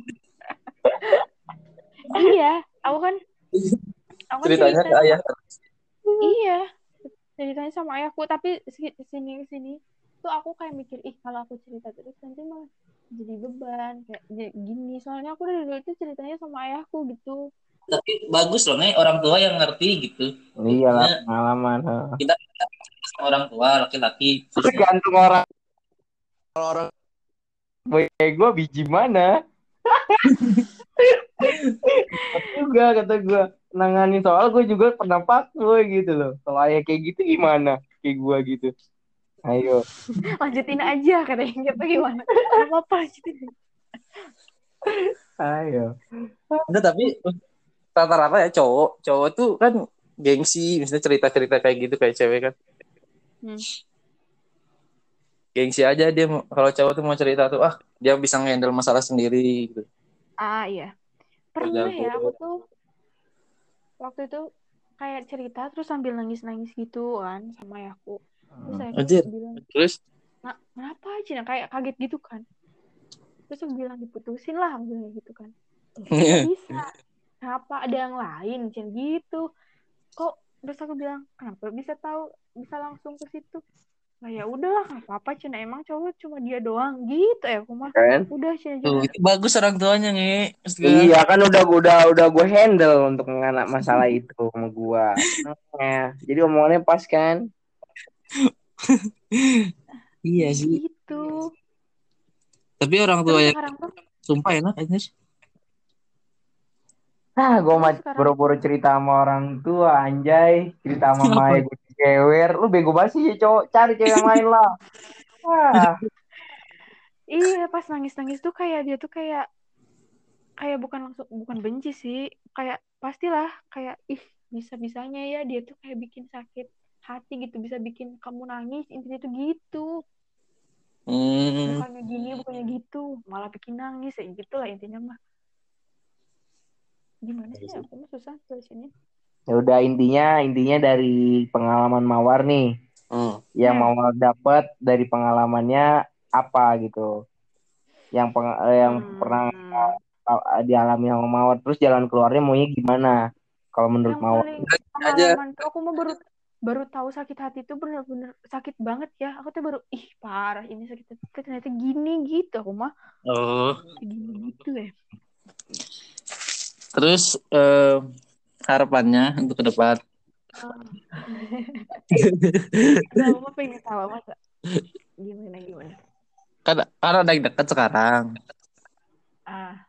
Iya, aku kan aku kan Ceritanya cerita ke sama ayah. iya ceritanya sama ayahku, tapi si- sini sini tuh aku kayak mikir ih kalau aku cerita terus nanti malah jadi beban kayak jadi gini, soalnya aku dari dulu tuh ceritanya sama ayahku gitu. Tapi bagus loh nih orang tua yang ngerti gitu. Iyalah Maksudnya pengalaman. Huh. kita sama orang tua laki-laki khususnya. Tergantung orang. Kalau orang boy kayak gue biji mana? Juga kata gue nanganin soal, gue juga pernah fuckboy gitu loh. Kalau ayah kayak gitu gimana? Kayak gue gitu. Ayo. Lanjutin aja katanya gitu, gimana nggak apa-apa lanjutin. Ayo. Enggak, tapi rata-rata ya cowok cowok tuh kan gengsi misalnya cerita-cerita kayak gitu kayak cewek kan Hmm. gengsi aja dia mau- kalau cowok tuh mau cerita tuh ah dia bisa nge-handle masalah sendiri gitu. Ah iya. Pernah ya aku tuh waktu itu kayak cerita terus sambil nangis-nangis gitu kan sama ayahku. Terus saya Anjir. bilang, Terus nah, kenapa Cina? Kayak kaget gitu kan. Terus aku bilang diputusin lah, aku bilang gitu kan. Kok bisa? Kenapa ada yang lain? Cina gitu. Kok terus aku bilang, kenapa bisa tahu bisa langsung ke situ? Nah ya udahlah, nggak apa-apa Cina. Emang cowok cuma dia doang gitu ya, aku mah. Kan? Udah Cina tuh jangan. itu bagus orang tuanya nge. Astaga. Iya kan udah udah udah gue handle untuk menganak masalah itu sama gue. Nah, jadi omongannya pas kan? Iya Jadi sih. gitu. Tapi orang tua Terus yang sekarang tuh, sumpah enak aja. Nah, gue terus mah sekarang boro-boro cerita sama orang tua, anjay. Cerita sama Maya gue cewer. Lu bego banget sih, cowok. Cari cewek yang lain lah. Wah, iya pas nangis-nangis tuh kayak dia tuh kayak kayak bukan langsung bukan benci sih, kayak pastilah kayak ih bisa-bisanya ya dia tuh kayak bikin sakit hati gitu, bisa bikin kamu nangis, intinya tuh gitu. Hmm. Bukannya gini, bukannya gitu, malah bikin nangis ya gitu lah intinya mah. Gimana sih, aku mah susah tulisinnya. ya udah intinya intinya dari pengalaman Mawar nih. Hmm. Yang Hmm. Mawar dapat dari pengalamannya apa gitu. Yang peng, eh, yang pernah Hmm. uh, dialami sama Mawar, terus jalan keluarnya maunya gimana? Kalau menurut Yang Mawar. paling Aja. pengalaman tuh aku mah baru baru tahu sakit hati itu bener-bener sakit banget ya. Aku tuh baru ih parah ini sakit hati ternyata gini gitu, aku mah Oh. gini gitu ya. Terus eh, harapannya untuk ke depan. Kamu mah pengen tahu masa gimana gimana. Kan kan ada yang dekat sekarang. Ah,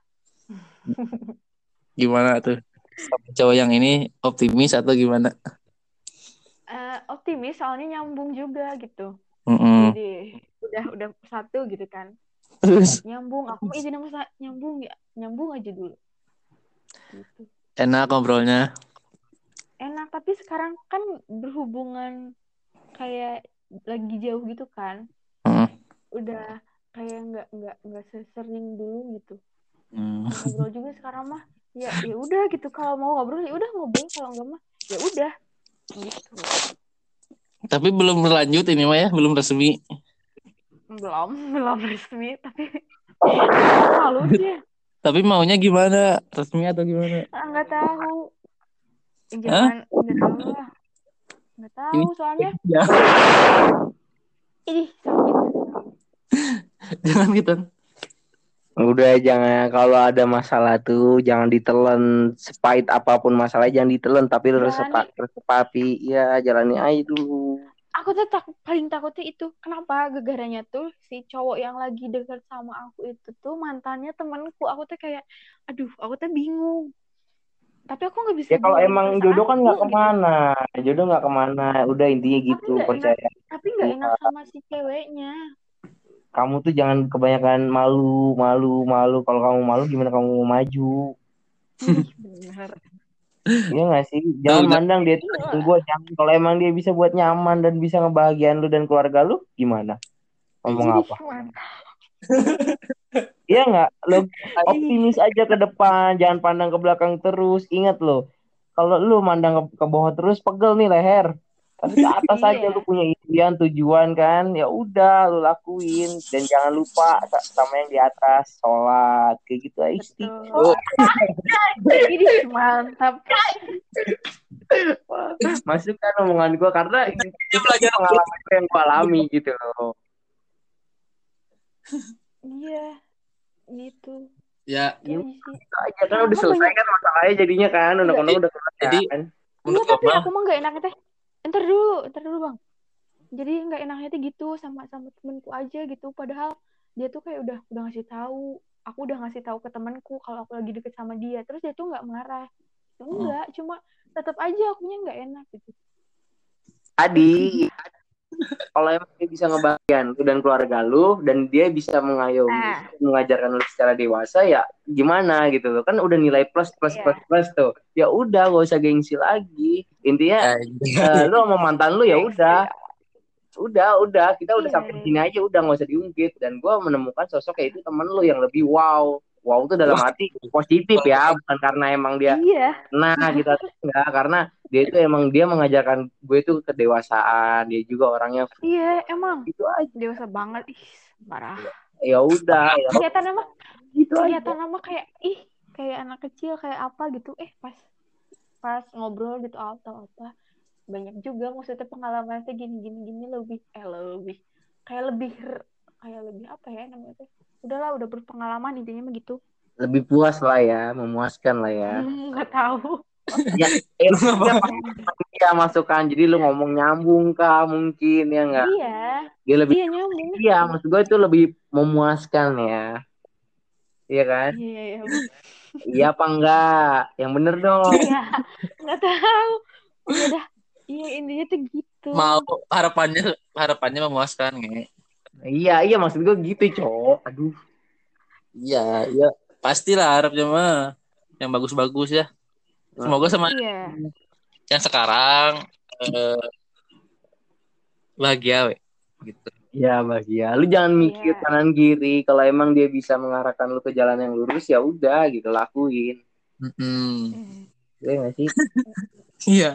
Gimana tuh? Sama cowok yang ini optimis atau gimana? eh, optimis soalnya nyambung juga gitu. Mm-mm. Jadi udah udah satu gitu kan. Terus Nyambung, aku mau izin sama sa- nyambung ya, nyambung aja dulu. Gitu. enak ngobrolnya. Enak, tapi sekarang kan berhubungan kayak lagi jauh gitu kan. Mm. Udah kayak nggak nggak nggak sesering dulu gitu. Mm. Ngobrol juga sekarang mah ya ya udah gitu, kalau mau ngobrol ya udah ngobrol, kalau enggak mah ya udah gitu. Tapi belum berlanjut ini mah ya, belum resmi. Belum belum resmi, tapi malu sih. Tapi maunya gimana? Resmi atau gimana? Ah, nggak tahu. Hah? Jangan nggak tahu lah. Nggak tahu Ini soalnya. ya. Ih sakit. Jangan gitu. Udah jangan, kalau ada masalah tuh jangan ditelan, sepahit apapun masalahnya jangan ditelan, tapi Jalani. resepa, resepapi ya, jalani aja dulu. Aku tuh tak, paling takutnya itu kenapa gegaranya tuh si cowok yang lagi dekat sama aku itu tuh mantannya temanku. Aku tuh kayak aduh aku tuh bingung, tapi aku nggak bisa Ya kalau bohongin emang jodoh kan perasaanku nggak gitu. kemana, jodoh nggak kemana, udah intinya Tapi gitu, nggak enak, percaya. tapi nggak enak sama si ceweknya. Kamu tuh jangan kebanyakan malu, malu, malu. Kalau kamu malu gimana kamu mau maju? Ih bener. Iya nggak sih? Tuh, Jangan udah. mandang dia tuh Iya. gue, jangan. Kalau emang dia bisa buat nyaman dan bisa ngebahagiain lu dan keluarga lu, gimana? Ngomong Jadi apa? mantap. Iya nggak? Lo Ih, optimis aja ke depan, jangan pandang ke belakang terus. Ingat lo, kalau lu mandang ke, ke bawah terus, pegel nih leher. Tapi ke atas aja lu iya punya impian, tujuan kan. Ya udah, lu lakuin dan jangan lupa sa- sama yang di atas, sholat kayak gitu aja, betul. istighfar. Ini mantap. Masuk kan omongan gue karena ini, Dia ini belajar. pengalaman gue yang gue alami gitu loh. Iya gitu. Ya, Ya Iya udah sih. gitu aja kan, udah Sama selesai banyak. kan masalahnya jadinya kan, Enggak. undang-undang udah keluar jadi kan. Iya menurut tapi Abang, aku mah nggak enaknya teh. Entar dulu, entar dulu bang. Jadi nggak enaknya tuh gitu sama sama temenku aja gitu. Padahal dia tuh kayak udah udah ngasih tahu. Aku udah ngasih tahu ke temanku kalau aku lagi deket sama dia. Terus dia tuh nggak marah. Enggak, cuma tetap aja akunya nggak enak gitu. Tadi kalau emang dia bisa ngebahagiain lu dan keluarga lu dan dia bisa mengayomi, Ah, mengajarkan lu secara dewasa, ya gimana gitu loh, kan udah nilai plus plus plus iya. plus tuh, ya udah gak usah gengsi lagi, intinya ya, eh, lu sama mantan lu ya udah udah udah kita udah Iya, sampai iya. sini aja, udah nggak usah diungkit. Dan gue menemukan sosok kayak itu temen lu yang lebih wow. Wow itu dalam Wah, arti positif kalau ya, kayak bukan karena emang dia Iya, nah gitu, enggak, karena dia itu emang dia mengajarkan gue itu kedewasaan, dia juga orangnya iya, emang itu aja. dewasa banget. Ih, parah. Ya udah ya Kelihatan emang, gitu aja. kelihatan emang kayak ih, kayak anak kecil kayak apa gitu. Eh, pas pas ngobrol gitu atau apa, banyak juga maksudnya pengalamannya gini gini gini lebih eh lebih kayak lebih kayak lebih apa ya namanya tuh. Udahlah, udah berpengalaman intinya mah gitu. Lebih puas lah ya, memuaskan lah ya. Nggak tahu. Ya, eh, lu nggak dia paham. pasti dia masukan, jadi lu ngomong nyambung kah mungkin ya enggak? Iya, Dia lebih iya nyambung. iya, maksud gue itu lebih memuaskan ya. Iya kan? Iya, iya, Iya apa enggak? Yang bener dong. iya. Nggak tahu. Iya dah. Iya, intinya tuh gitu. Mau harapannya harapannya memuaskan nge. Iya, iya maksud gue gitu, Cok. Aduh. Iya, iya. Pastilah harapnya mah yang bagus-bagus ya. Semoga sama Iya. yang sekarang eh, bahagia we. Gitu. Ya, bahagia. Lu jangan mikir Iya. kanan kiri. Kalau emang dia bisa mengarahkan lu ke jalan yang lurus, ya udah gitu, lakuin. Mm-mm. Hmm. Iya nggak sih? Iya.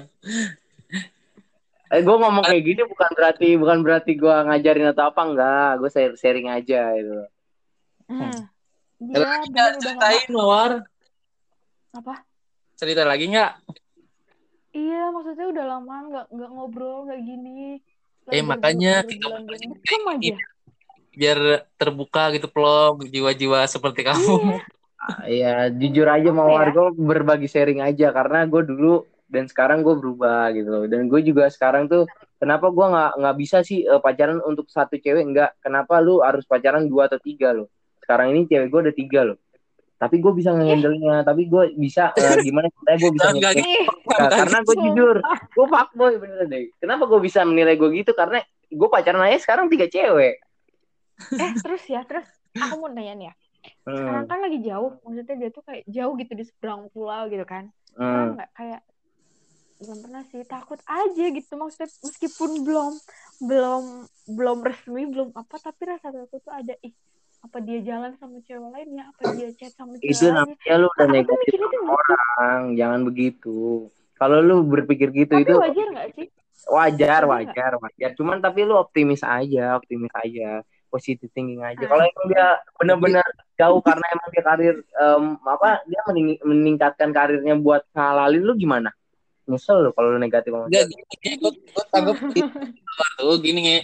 Eh, gue ngomong kayak gini bukan berarti bukan berarti gue ngajarin atau apa, enggak. Gue sharing aja gitu. Hmm. Ada Iya, lagi nggak bener udah lama. ceritain Mawar? Apa? Cerita lagi nggak? Iya, maksudnya udah lama nggak nggak ngobrol nggak gini. Lah, Eh ber, ber, makanya kita berbulan-bulan macam aja. biar terbuka gitu plong jiwa-jiwa seperti kamu. Iya, Ya jujur aja apa mau ya? gue berbagi sharing aja karena gue dulu dan sekarang gue berubah gitu loh. Dan gue juga sekarang tuh kenapa gue nggak nggak bisa sih eh, pacaran untuk satu cewek, enggak, kenapa lu harus pacaran dua atau tiga loh. Sekarang ini cewek gue ada tiga loh, tapi gue bisa Ih, ngehandle-nya, tapi gue bisa eh, gimana caranya gue bisa Enggak nyetir. ih, Nah, karena gue jujur sumpah. gue fuckboy bener deh. Kenapa gue bisa menilai gue gitu, karena gue pacaran aja sekarang tiga cewek. Eh, terus ya, terus aku mau nanya nih ya. Sekarang Hmm, kan lagi jauh, maksudnya dia tuh kayak jauh gitu di seberang pulau gitu kan. Pernah hmm. nggak kayak belum pernah sih, takut aja gitu maksudnya meskipun belum belum belum resmi belum apa, tapi rasa takut tuh ada. Ih, apa dia jalan sama cewek lain ya, apa dia chat sama cewek Itu lain ya. namanya lu udah Nah, aku tuh negatif mikirnya tuh sama gitu, orang, jangan begitu. Kalau lu berpikir gitu tapi itu wajar nggak sih, wajar, wajar nggak? wajar, wajar. Cuman tapi lu optimis aja, optimis aja, positive thinking aja. Kalau Nah, emang dia Tapi benar-benar jauh karena emang dia karir em, apa dia mening- meningkatkan karirnya buat ngalalin lu, gimana? Nyesel lu kalau lu negatif sama enggak dia. gini, gue gue tangkap tuh gini nge.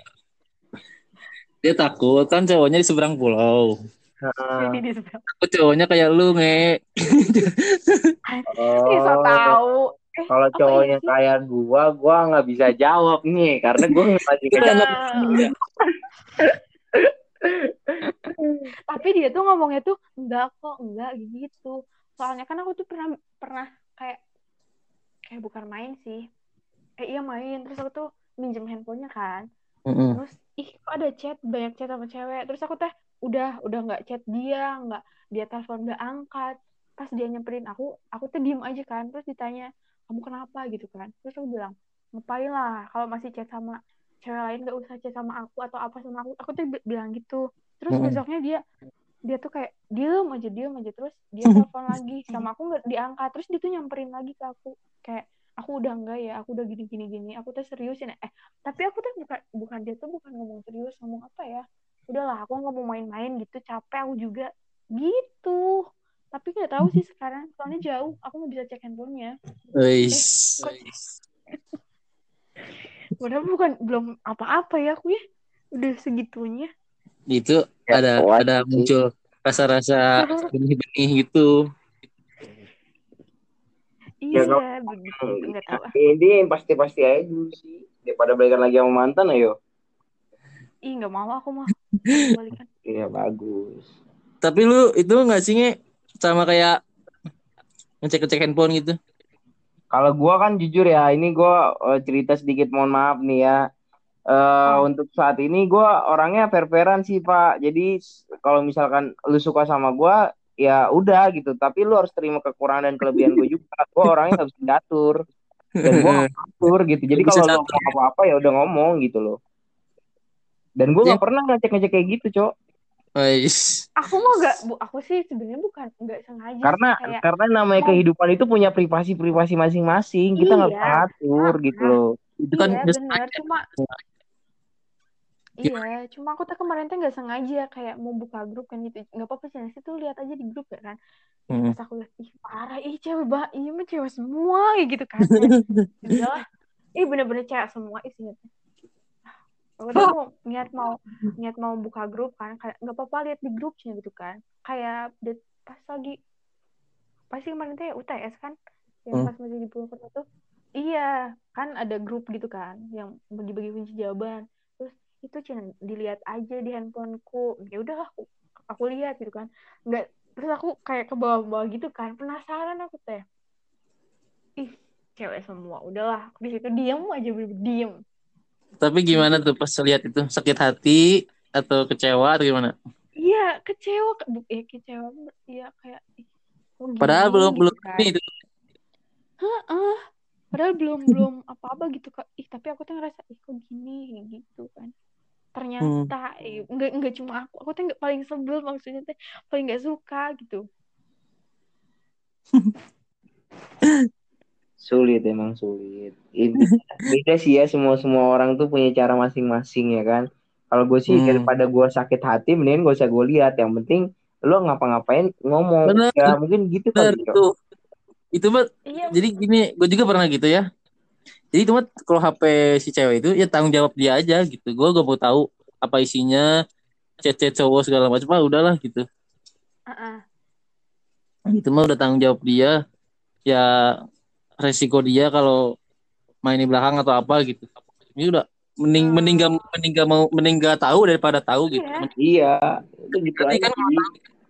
Dia takut kan cowoknya di seberang pulau. Heeh. ini di sebelah. Takut cowoknya kayak lu nge. Ih, so Oh, tahu. Eh, kalau apa iya cowoknya sih? kayak gua, gua nggak bisa jawab nih karena gua lagi Kita ngejar. anggap Nah, tapi dia tuh ngomongnya tuh enggak kok, enggak gitu. Soalnya kan aku tuh pernah pernah kayak kayak bukan main sih. Eh iya main, terus aku tuh minjem handphonenya kan. Mm-mm. Terus ih kok ada chat, banyak chat sama cewek. Terus aku teh udah udah nggak chat dia, nggak dia telepon nggak angkat. Pas dia nyamperin aku, aku tuh diem aja kan. Terus ditanya, kamu kenapa gitu kan? Terus aku bilang, ngapain lah kalau masih chat sama cewek lain nggak usah chat sama aku atau apa sama aku. Aku tuh bi- bilang gitu. Terus Mm-mm. besoknya dia dia tuh kayak diem aja diem aja terus dia telepon lagi sama aku nggak diangkat, terus dia tuh nyamperin lagi ke aku kayak aku udah enggak ya, aku udah gini gini gini, aku tuh seriusin eh tapi aku tuh bukan bukan dia tuh bukan ngomong serius, ngomong apa ya, udahlah aku nggak mau main-main gitu, capek aku juga gitu. Tapi nggak tahu sih sekarang soalnya jauh aku nggak bisa cek handphonenya. Weis. Eh kok padahal bukan belum apa-apa ya aku ya udah segitunya. Itu Ya, ada ada wajar sih. muncul rasa-rasa benih-benih gitu. Ya kalau Iya begitu nggak tahu ah. ini pasti-pasti aja dulu sih. Daripada balikan lagi sama mantan, ayo. Ih nggak mau aku mah aku balikan. Iya bagus. Tapi lu itu nggak sih nge sama kayak ngecek-ngecek handphone gitu? Kalau gua kan jujur ya, ini gua eh, cerita sedikit, mohon maaf nih ya. Eh Hmm. untuk saat ini gua orangnya fair-fairan sih, Pak. Jadi s- kalau misalkan lu suka sama gua, ya udah gitu. Tapi lu harus terima kekurangan dan kelebihan gue juga. Gua orangnya nggak bisa diatur dan gua nggak bisa atur gitu. Jadi Gak bisa kalau lu satu. mau apa-apa ya udah ngomong gitu loh. Dan gue Ya. nggak pernah ngecek-ngecek kayak gitu, Cok. Ais. Aku mau nggak, bu, aku sih sebenarnya bukan nggak sengaja Karena sih kayak karena namanya mau kehidupan itu punya privasi-privasi masing-masing. Kita nggak bisa iya, ngatur gitu nah, loh. Itu kan iya just bener, cuma iya, cuma aku tuh kemarin tuh nggak sengaja kayak mau buka grup kan gitu, nggak apa-apa sih nanti tuh lihat aja di grup ya kan. Ih, Hmm. pas aku lihat, ih parah, ih cewek bah, iya mah cewek semua kayak gitu kan, kayak udahlah, ih bener-bener cewek semua isinya. Aku tuh mau niat mau niat mau buka grup kan, kayak nggak apa-apa lihat di grupnya gitu kan, kayak de- pas lagi pasti kemarin tuh ya U T S kan, yang Hmm. pas masih di Purwokerto tuh, iya kan ada grup gitu kan, yang bagi-bagi kunci jawaban, terus itu cina dilihat aja di handphoneku, ya udah aku aku lihat gitu kan, nggak, terus aku kayak ke bawah-bawah gitu kan, penasaran aku teh, ih cewek semua, udahlah di situ diem aja, bener-bener diem. Tapi gimana tuh pas lihat itu? Sakit hati atau kecewa atau gimana? Iya kecewa, eh kecewa, iya kayak ih, kok Padahal gini belum gitu belum kan. ini itu. Heeh, padahal belum belum apa-apa gitu kak, ih tapi aku tuh ngerasa ih kok gini gitu kan, Hmm. ternyata eh, nggak nggak cuma aku aku tuh nggak paling sebel, maksudnya tuh paling nggak suka gitu. Sulit, emang sulit. Intinya beda sih ya, semua semua orang tuh punya cara masing-masing ya kan. Kalau gue sih Hmm. daripada gue sakit hati, mending gak usah gue lihat. Yang penting lo ngapa-ngapain ngomong. Bener, Ya mungkin gitu bener kali, Cok. tuh. Itu mah Iya, jadi gini, gue juga pernah gitu ya. Jadi cuma kalau H P si cewek itu ya tanggung jawab dia aja gitu. Gue gak mau tahu apa isinya, chat-chat cowok segala macam. Ah udahlah gitu. uh-uh. Itu mah udah tanggung jawab dia. Ya resiko dia kalau main di belakang atau apa gitu. Ini udah mending mending gak, Oh, mending gak mau mending gak tahu daripada tahu gitu. iya Iya, itu gitu Nanti aja kan sih.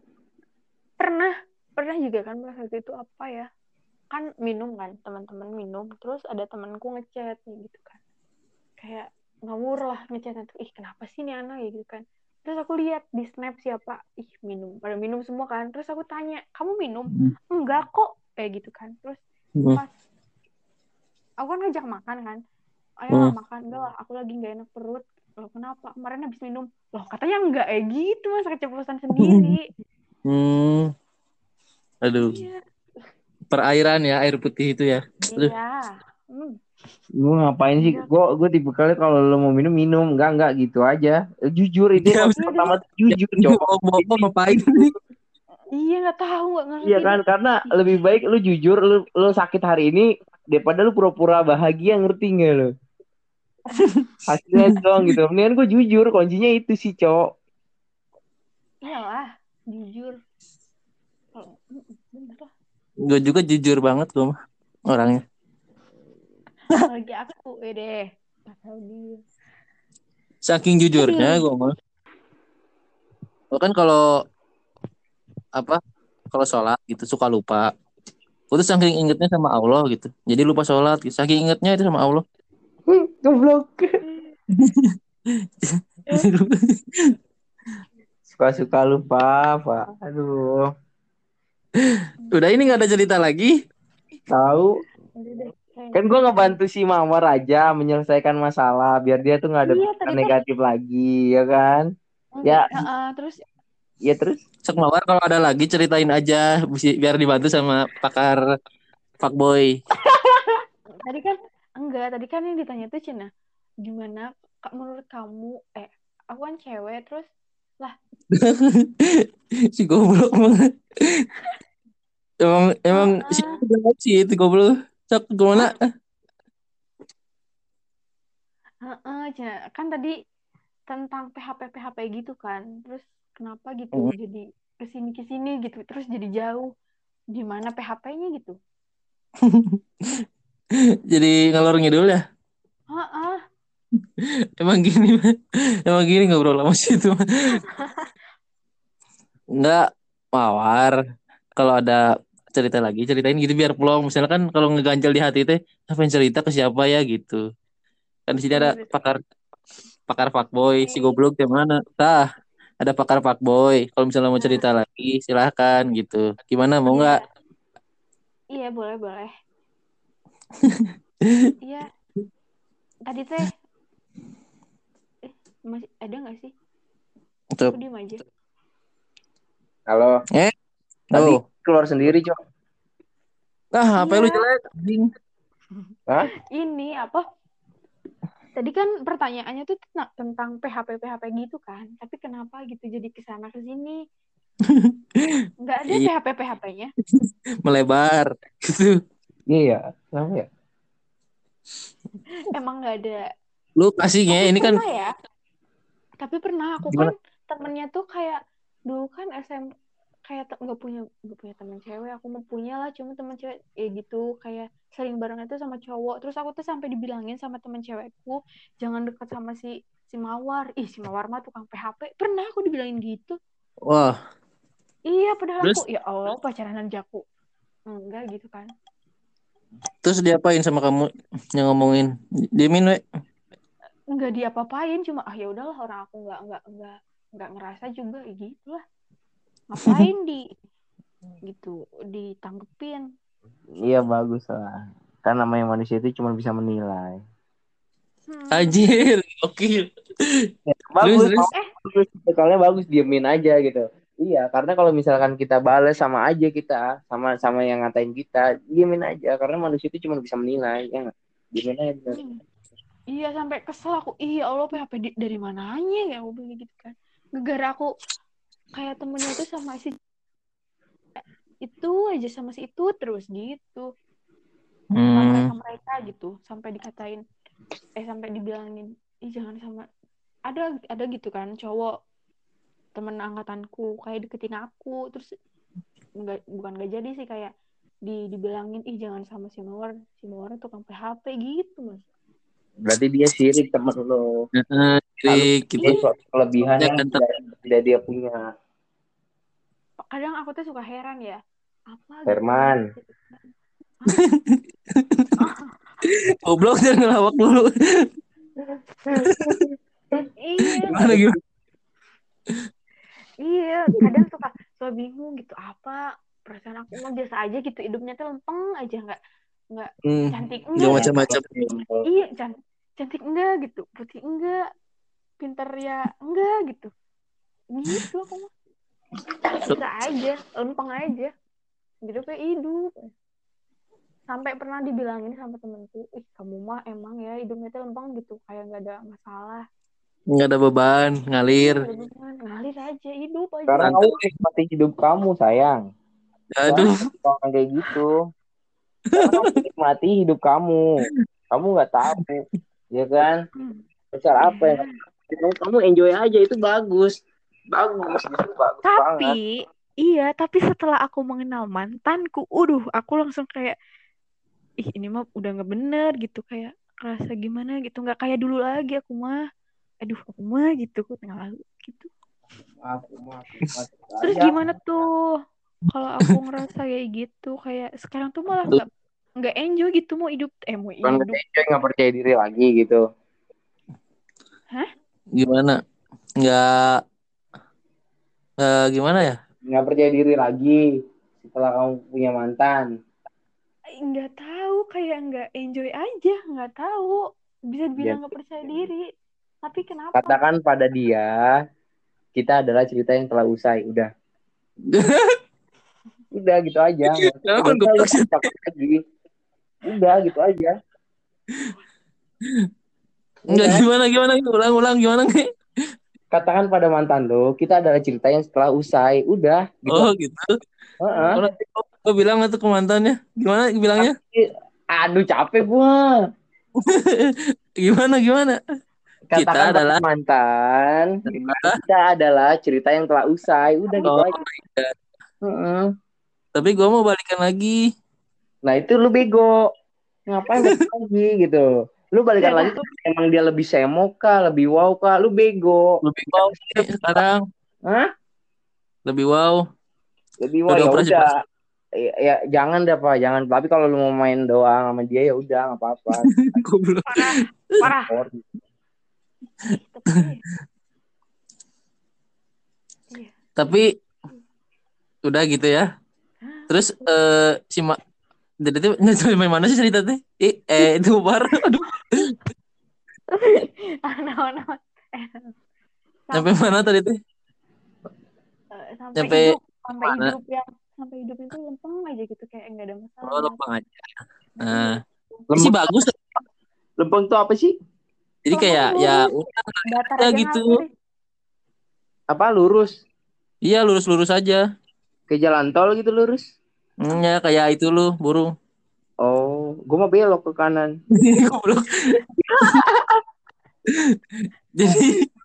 pernah pernah juga kan pas waktu itu apa ya, kan minum kan, teman-teman minum, terus ada temanku ngechat nih gitu kan, kayak ngawur lah ngechatnya tuh, ih kenapa sih nih anak ya gitu kan, terus aku lihat di snap siapa, ih minum, pada minum semua kan, terus aku tanya kamu minum, enggak kok kayak gitu kan, terus hmm. pas aku kan ngajak makan kan, ayolah Hmm. makan, enggak lah aku lagi nggak enak perut, loh kenapa kemarin habis minum, loh katanya enggak, eh gitu masa keceplosan sendiri. Hmm. Aduh, Iya, perairan ya air putih itu ya. Aduh. iya, hmm, Gue ngapain sih? enggak Gue kok, gue tipe kali kalau lo mau minum minum, enggak enggak gitu aja. Eh, Jujur itu yang Ya, paling iya pertama terus, tuh jujur, Cok. bawa-bawa Itu ngapain? jujur. iya nggak tahu, nggak Iya ngerti kan, deh. karena Ih, lebih baik lu jujur, lu lu sakit hari ini daripada lu pura-pura bahagia, ngerti nggak lu? Hasilnya doang gitu. Mendingan gue jujur, kuncinya itu sih, Cok. iyalah jujur kalau mm, mm, bener lah, Gue juga jujur banget gue mah orangnya. apalagi aku eh deh nggak tahu dia, Saking jujurnya aduh. gue mah. Gue kan kalau apa kalau sholat gitu suka lupa. Gue tuh saking ingetnya sama Allah gitu. Jadi lupa sholat gitu. Saking ingetnya itu sama Allah. Hmm, goblok. Suka-suka lupa, Pak. Aduh, Udah ini nggak ada cerita lagi. tahu. Udah deh Kan kayaknya gue udah deh. ngebantu si Mawar aja menyelesaikan masalah, biar dia tuh nggak ada Iya pikiran tadi teh negatif lagi, ya kan? enggak, Ya, heeh, terus ya terus. Sok mawar kalau ada lagi ceritain aja bi- biar dibantu sama pakar fuckboy. tadi kan enggak, tadi kan yang ditanya tuh Cina, gimana Kak, menurut kamu, eh aku kan cewek, terus lah, Si goblok banget. Emang emang si heeh, goblok sih itu goblok. Sok gimana? hah, heeh, Cina kan tadi tentang P H P P H P gitu kan, terus kenapa gitu jadi kesini kesini gitu, terus jadi jauh, gimana P H P-nya gitu. Jadi ngalor ngidul ya. Heeh. Emang gini, emang gini ngobrol sama situ. Enggak mawar. Kalau ada cerita lagi ceritain gitu biar plong. Misalnya kan kalau ngeganjel di hati teh, apa yang cerita ke siapa ya gitu. Kan di sini ada Iya, udah deh. pakar pakar fuckboy si Ih, goblok yang mana? Tah, ada pakar fuckboy. Kalau misalnya mau nah, cerita lagi silahkan gitu. Gimana mau nggak? iya, iya boleh boleh. Iya, tadi teh Masih ada nggak sih? Tuh. Aku diem aja. Kalau Eh, tadi oh. keluar sendiri, Cok. Ah, apa lu Iya. jelek? Anjing. Hah? Ini apa? Tadi kan pertanyaannya tuh tentang, tentang P H P P H P gitu kan. Tapi kenapa gitu jadi kesana ke sini? Nggak ada Iya, P H P P H P-nya. melebar. Gitu. Iya, kenapa ya? Emang nggak ada. Lu kasihnya Tapi ini kan pernah ya. Tapi pernah aku gimana? kan temennya tuh kayak dulu kan S M kayak te- nggak punya nggak punya teman cewek. Aku mau punya lah, cuma teman cewek ya gitu kayak sering bareng itu sama cowok. Terus aku tuh sampai dibilangin sama teman cewekku jangan dekat sama si si Mawar. Ih, si Mawar mah tukang P H P. Pernah aku dibilangin gitu. Wah, Iya, padahal terus aku ya Allah pacaran jaku. Enggak gitu kan. terus diapain sama kamu yang ngomongin? Diemin, we. Enggak diapa-apain, cuma ah ya udahlah orang aku enggak enggak enggak enggak ngerasa juga ya gitu lah. Ngapain di gitu ditanggepin. Iya, bagus lah. Kan namanya manusia itu cuma bisa menilai. Hmm. Anjir, oke. Ya, Terus, bagus, terus. mau- bagus. Soalnya bagus, diemin aja gitu. Iya, karena kalau misalkan kita bales sama aja kita, sama sama yang ngatain kita, diemin aja. Karena manusia itu cuma bisa menilai, ya nggak? Diemin aja. bener. Hmm. Iya sampai kesel aku. Iya Allah P H P di- dari mananya ya aku bilang gitu kan. Gara aku kayak temennya tuh sama si itu aja sama si itu terus gitu. Sampai ke Hmm. mereka gitu, sampai dikatain eh sampai dibilangin, ih jangan sama ada ada gitu kan cowok temen angkatanku kayak deketin aku terus nggak bukan nggak jadi sih kayak di dibilangin ih jangan sama si Mawar si Mawar tukang P H P gitu mas. Berarti dia sirik temen lo. Heeh, Lalu trik gitu. dia suatu kelebihan Ya yang kan, tidak, tidak dia punya. Kadang aku tuh suka heran ya apa gitu Herman. gitu kan. Hah? goblok jangan ngelawak dulu. Iya Gimana gimana? iya kadang suka suka bingung gitu apa perasaan aku mah biasa aja gitu hidupnya tuh lempeng aja nggak nggak Hmm, cantik nggak enggak gitu. macam-macam. Iya cantik cantik enggak gitu putih enggak pinter ya enggak gitu gitu aku mah bisa aja lempeng aja gitu kayak hidup sampai pernah dibilangin sama temenku ih kamu mah emang ya hidupnya tuh lempeng gitu kayak nggak ada masalah Nggak ada beban, ngalir. nggak ada beban ngalir aja hidup aja Karena Mantap. kamu menikmati hidup kamu, sayang. Aduh, Orang kayak gitu. Karena kamu menikmati hidup kamu. Kamu nggak tahu, ya kan? hmm. Besar apa ya. yang kamu enjoy aja itu bagus. Bagus, itu bagus banget. Tapi iya, tapi setelah aku mengenal mantanku, uduh, aku langsung kayak, ih ini mah udah nggak bener gitu, kayak rasa gimana gitu, nggak kayak dulu lagi aku mah, aduh aku mah gitu, aku tengah lalu gitu. Aku mah Terus aja. gimana tuh, kalau aku ngerasa kayak gitu, kayak sekarang tuh malah nggak nggak enjoy gitu mau hidup, eh mau Bukan hidup. enjoy, nggak percaya diri lagi gitu. Hah? gimana? Nggak, nggak gimana ya? Nggak percaya diri lagi setelah kamu punya mantan. Nggak tahu, kayak nggak enjoy aja, nggak tahu, bisa dibilang nggak percaya diri. Tapi kenapa? Katakan pada dia, kita adalah cerita yang telah usai. Udah. Udah gitu aja. Kenapa Udah goblok sih? lagi. Udah gitu aja. Enggak, Ya, gimana gimana ulang-ulang gimana nih? katakan pada mantan lo, kita adalah cerita yang setelah usai. Udah gitu. Oh gitu. Heeh. Oh, nanti gue bilang tuh ke mantannya. Gimana bilangnya? Aduh capek gua. Gimana gimana? Katakan Kita pada adalah mantan, kita adalah cerita yang telah usai. Udah gitu oh, aja. iya. Heeh. Tapi gue mau balikan lagi. Nah itu lu bego. Ngapain balikan lagi gitu? Lu balikan lagi tuh emang dia lebih semo kah, lebih wow kah? Lu bego. Lebih wow nih sekarang. Hah? Lebih wow. Lebih wow Udah ya operasi udah. Ya, ya jangan deh Pak, jangan. Tapi kalau lu mau main doang sama dia ya udah nggak apa-apa. goblok. Parah, parah. Iya. Tapi udah gitu ya. Terus eh si Ma jadi tuh sampai mana sih cerita teh? Eh, eh itu bar. Aduh. Anak-anak. Eh, Sampai sampai mana tadi tuh? eh, sampai Sampai hidup sampai mana? hidup yang sampai hidup itu lempeng aja gitu kayak nggak ada masalah. Oh, lempeng aja. Nah, Nah, iya. ini sih Lempeng, bagus. lempeng tuh apa sih? Jadi Lempeng kayak ya lurus, udah datar aja aja gitu. ngalir. Apa lurus? Iya, lurus-lurus aja. Ke jalan tol gitu lurus? Hmm, ya kayak itu lu burung. Oh, gue mau belok ke kanan. Goblok. Jadi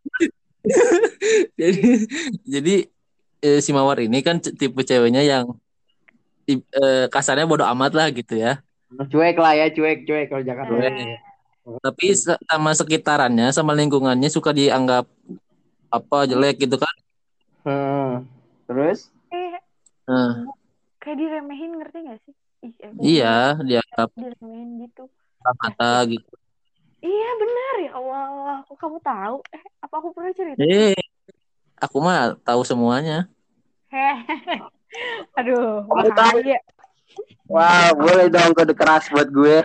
jadi jadi eh, si Mawar ini kan c- tipe ceweknya yang tip- eh, kasarnya bodo amat lah gitu ya. Cuek lah ya, cuek, cuek kalau Jakarta. Eh, Ya. Tapi se- sama sekitarannya, sama lingkungannya suka dianggap apa jelek gitu kan. Hmm. Terus? eh Nah, bu- kayak diremehin ngerti gak sih? Ih, aku iya ngeliat dianggap diremehin gitu. Lah, mata ya, gitu. iya benar ya Allah. Kok kamu tahu? Eh, apa aku pernah cerita? Eh, aku mah tahu semuanya. Heh, aduh, Kamu tahu? bahaya. Wah, boleh dong kode keras buat gue.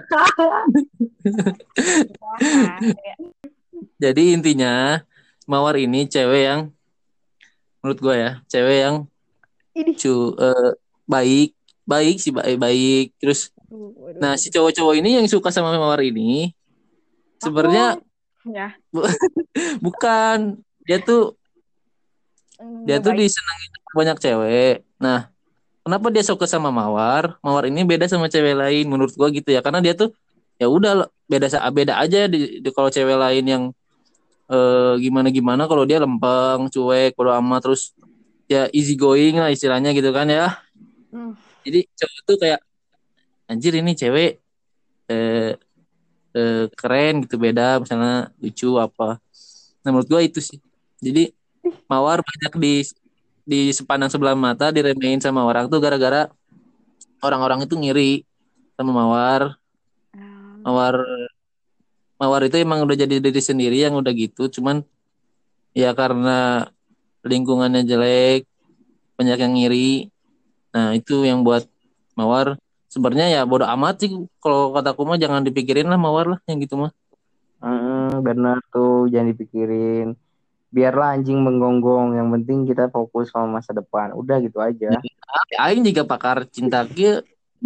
Bahaya. Jadi intinya Mawar ini cewek yang menurut gue ya, cewek yang Idih. cu eh, baik, baik sih baik-baik. Terus Aduh, aduh, nah aduh. si cowok-cowok ini yang suka sama Mawar ini sebenarnya Fuckboy. Ya, bu- bukan dia tuh dia nggak tuh baik. disenangi sama banyak cewek. Nah, kenapa dia suka sama Mawar? Mawar ini beda sama cewek lain menurut gua gitu ya. Karena dia tuh ya udah loh, beda sa- beda aja di, di- kalau cewek lain yang eh, gimana-gimana kalau dia lempeng, cuek, bodo amat terus ya easy going lah istilahnya gitu kan ya. Hmm. Jadi cowok tuh kayak anjir ini cewek eh, eh, keren gitu beda misalnya lucu apa. Nah, menurut gua itu sih. Jadi Mawar banyak di di sepandang sebelah mata diremehin sama orang tuh gara-gara orang-orang itu ngiri sama Mawar. Ah, Mawar Mawar itu emang udah jadi diri sendiri yang udah gitu, cuman ya karena lingkungannya jelek, banyak yang ngiri. Nah, itu yang buat Mawar sebenarnya ya bodo amat sih kalau kataku mah jangan dipikirin lah Mawar lah yang gitu mah. Hmm, benar tuh, jangan dipikirin. Biarlah anjing menggonggong. Yang penting kita fokus sama masa depan. Udah gitu aja. Aing juga pakar cinta kieu.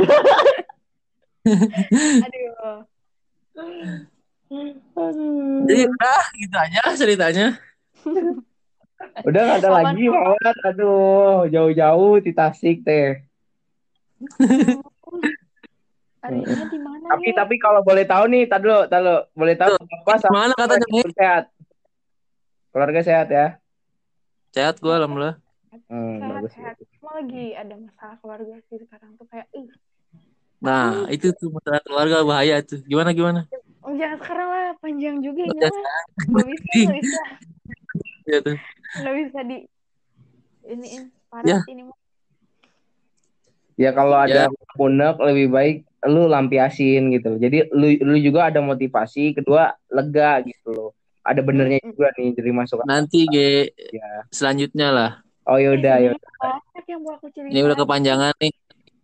aduh. Jadi Aduh. udah gitu aja ceritanya. Udah gak ada Aman, lagi, aman. Mawar. Aduh, jauh-jauh di Tasik teh. Hmm. Adiknya di mana Tapi nih? tapi kalau boleh tahu nih, tadi lo, tadi lo, boleh tahu Tuh, apa sama gimana katanya nih? sehat. Keluarga sehat ya. Sehat gua alhamdulillah. Hmm, bagus. Sehat-sehat. Cuma lagi ada masalah keluarga sih sekarang tuh kayak, ih, Nah, itu tuh masalah keluarga bahaya tuh. Gimana gimana? jangan sekarang lah, panjang juga ini Ya, mah. Gak bisa, gak bisa. ya tuh. Gak bisa di, ini, parah Ya, ini mah. Ya kalau ya. ada unek lebih baik lu lampiasin gitu. Jadi lu lu juga ada motivasi, kedua lega gitu loh. Ada benernya Mm-mm. juga nih dari masukan Nanti Ge ya. selanjutnya lah. Oh Eh, yaudah, sebenarnya yaudah. banyak yang mau aku Ini udah ceritain. kepanjangan nih.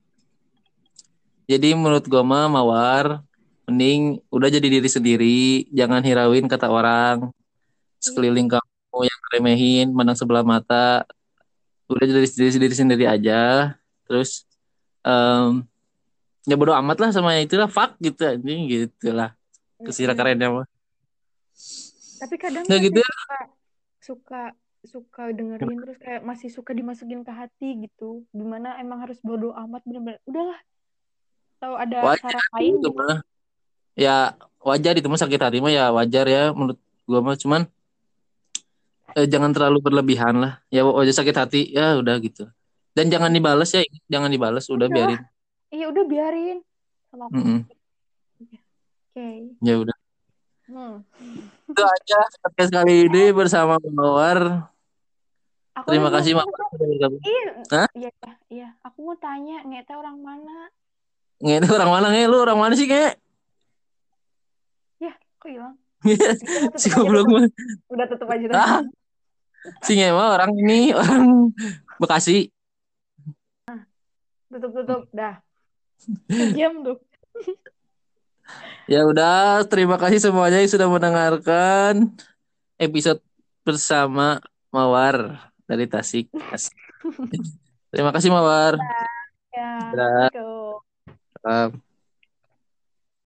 Jadi menurut gua mah Mawar mending udah jadi diri sendiri, jangan hirauin kata orang sekeliling kamu yang remehin, mandang sebelah mata. Udah jadi diri sendiri sendiri aja. Terus em, ya bodo amat lah sama itulah fuck gitu anjing gitu lah. Kesira Mm-mm. kerennya mah. Tapi kadang Nggak masih gitu ya? suka, suka, suka dengerin terus kayak masih suka dimasukin ke hati gitu. Gimana emang harus bodo amat bener-bener. Udahlah, tahu ada Wajar cara lain itu gitu. mah. Ya wajar itu mah sakit hati mah ya wajar ya menurut gua mah cuman eh, jangan terlalu berlebihan lah. Ya wajar sakit hati ya udah gitu. Dan jangan dibales ya, jangan dibales udah Udah, biarin. iya udah biarin sama aku. Mm-mm. Oke. Ya udah. Hmm. Itu aja podcast kali ini bersama Mawar. Aku Terima belum kasih tahu. Mawar sudah bergabung. Iya, Hah? iya, iya. Aku mau tanya, Ngeta orang mana? Nge, itu orang mana nge? Lu orang mana sih nge? Ya, kok hilang? Udah Si tutup aja, goblok tutup. mah. Udah tutup aja tuh. Ah, si nge mah orang ini orang Bekasi. Tutup, tutup. Dah. Sejam tuh. Ya udah, terima kasih semuanya yang sudah mendengarkan episode bersama Mawar dari Tasik. Asik. Terima kasih Mawar. Ya, Dadah. gitu. Salam.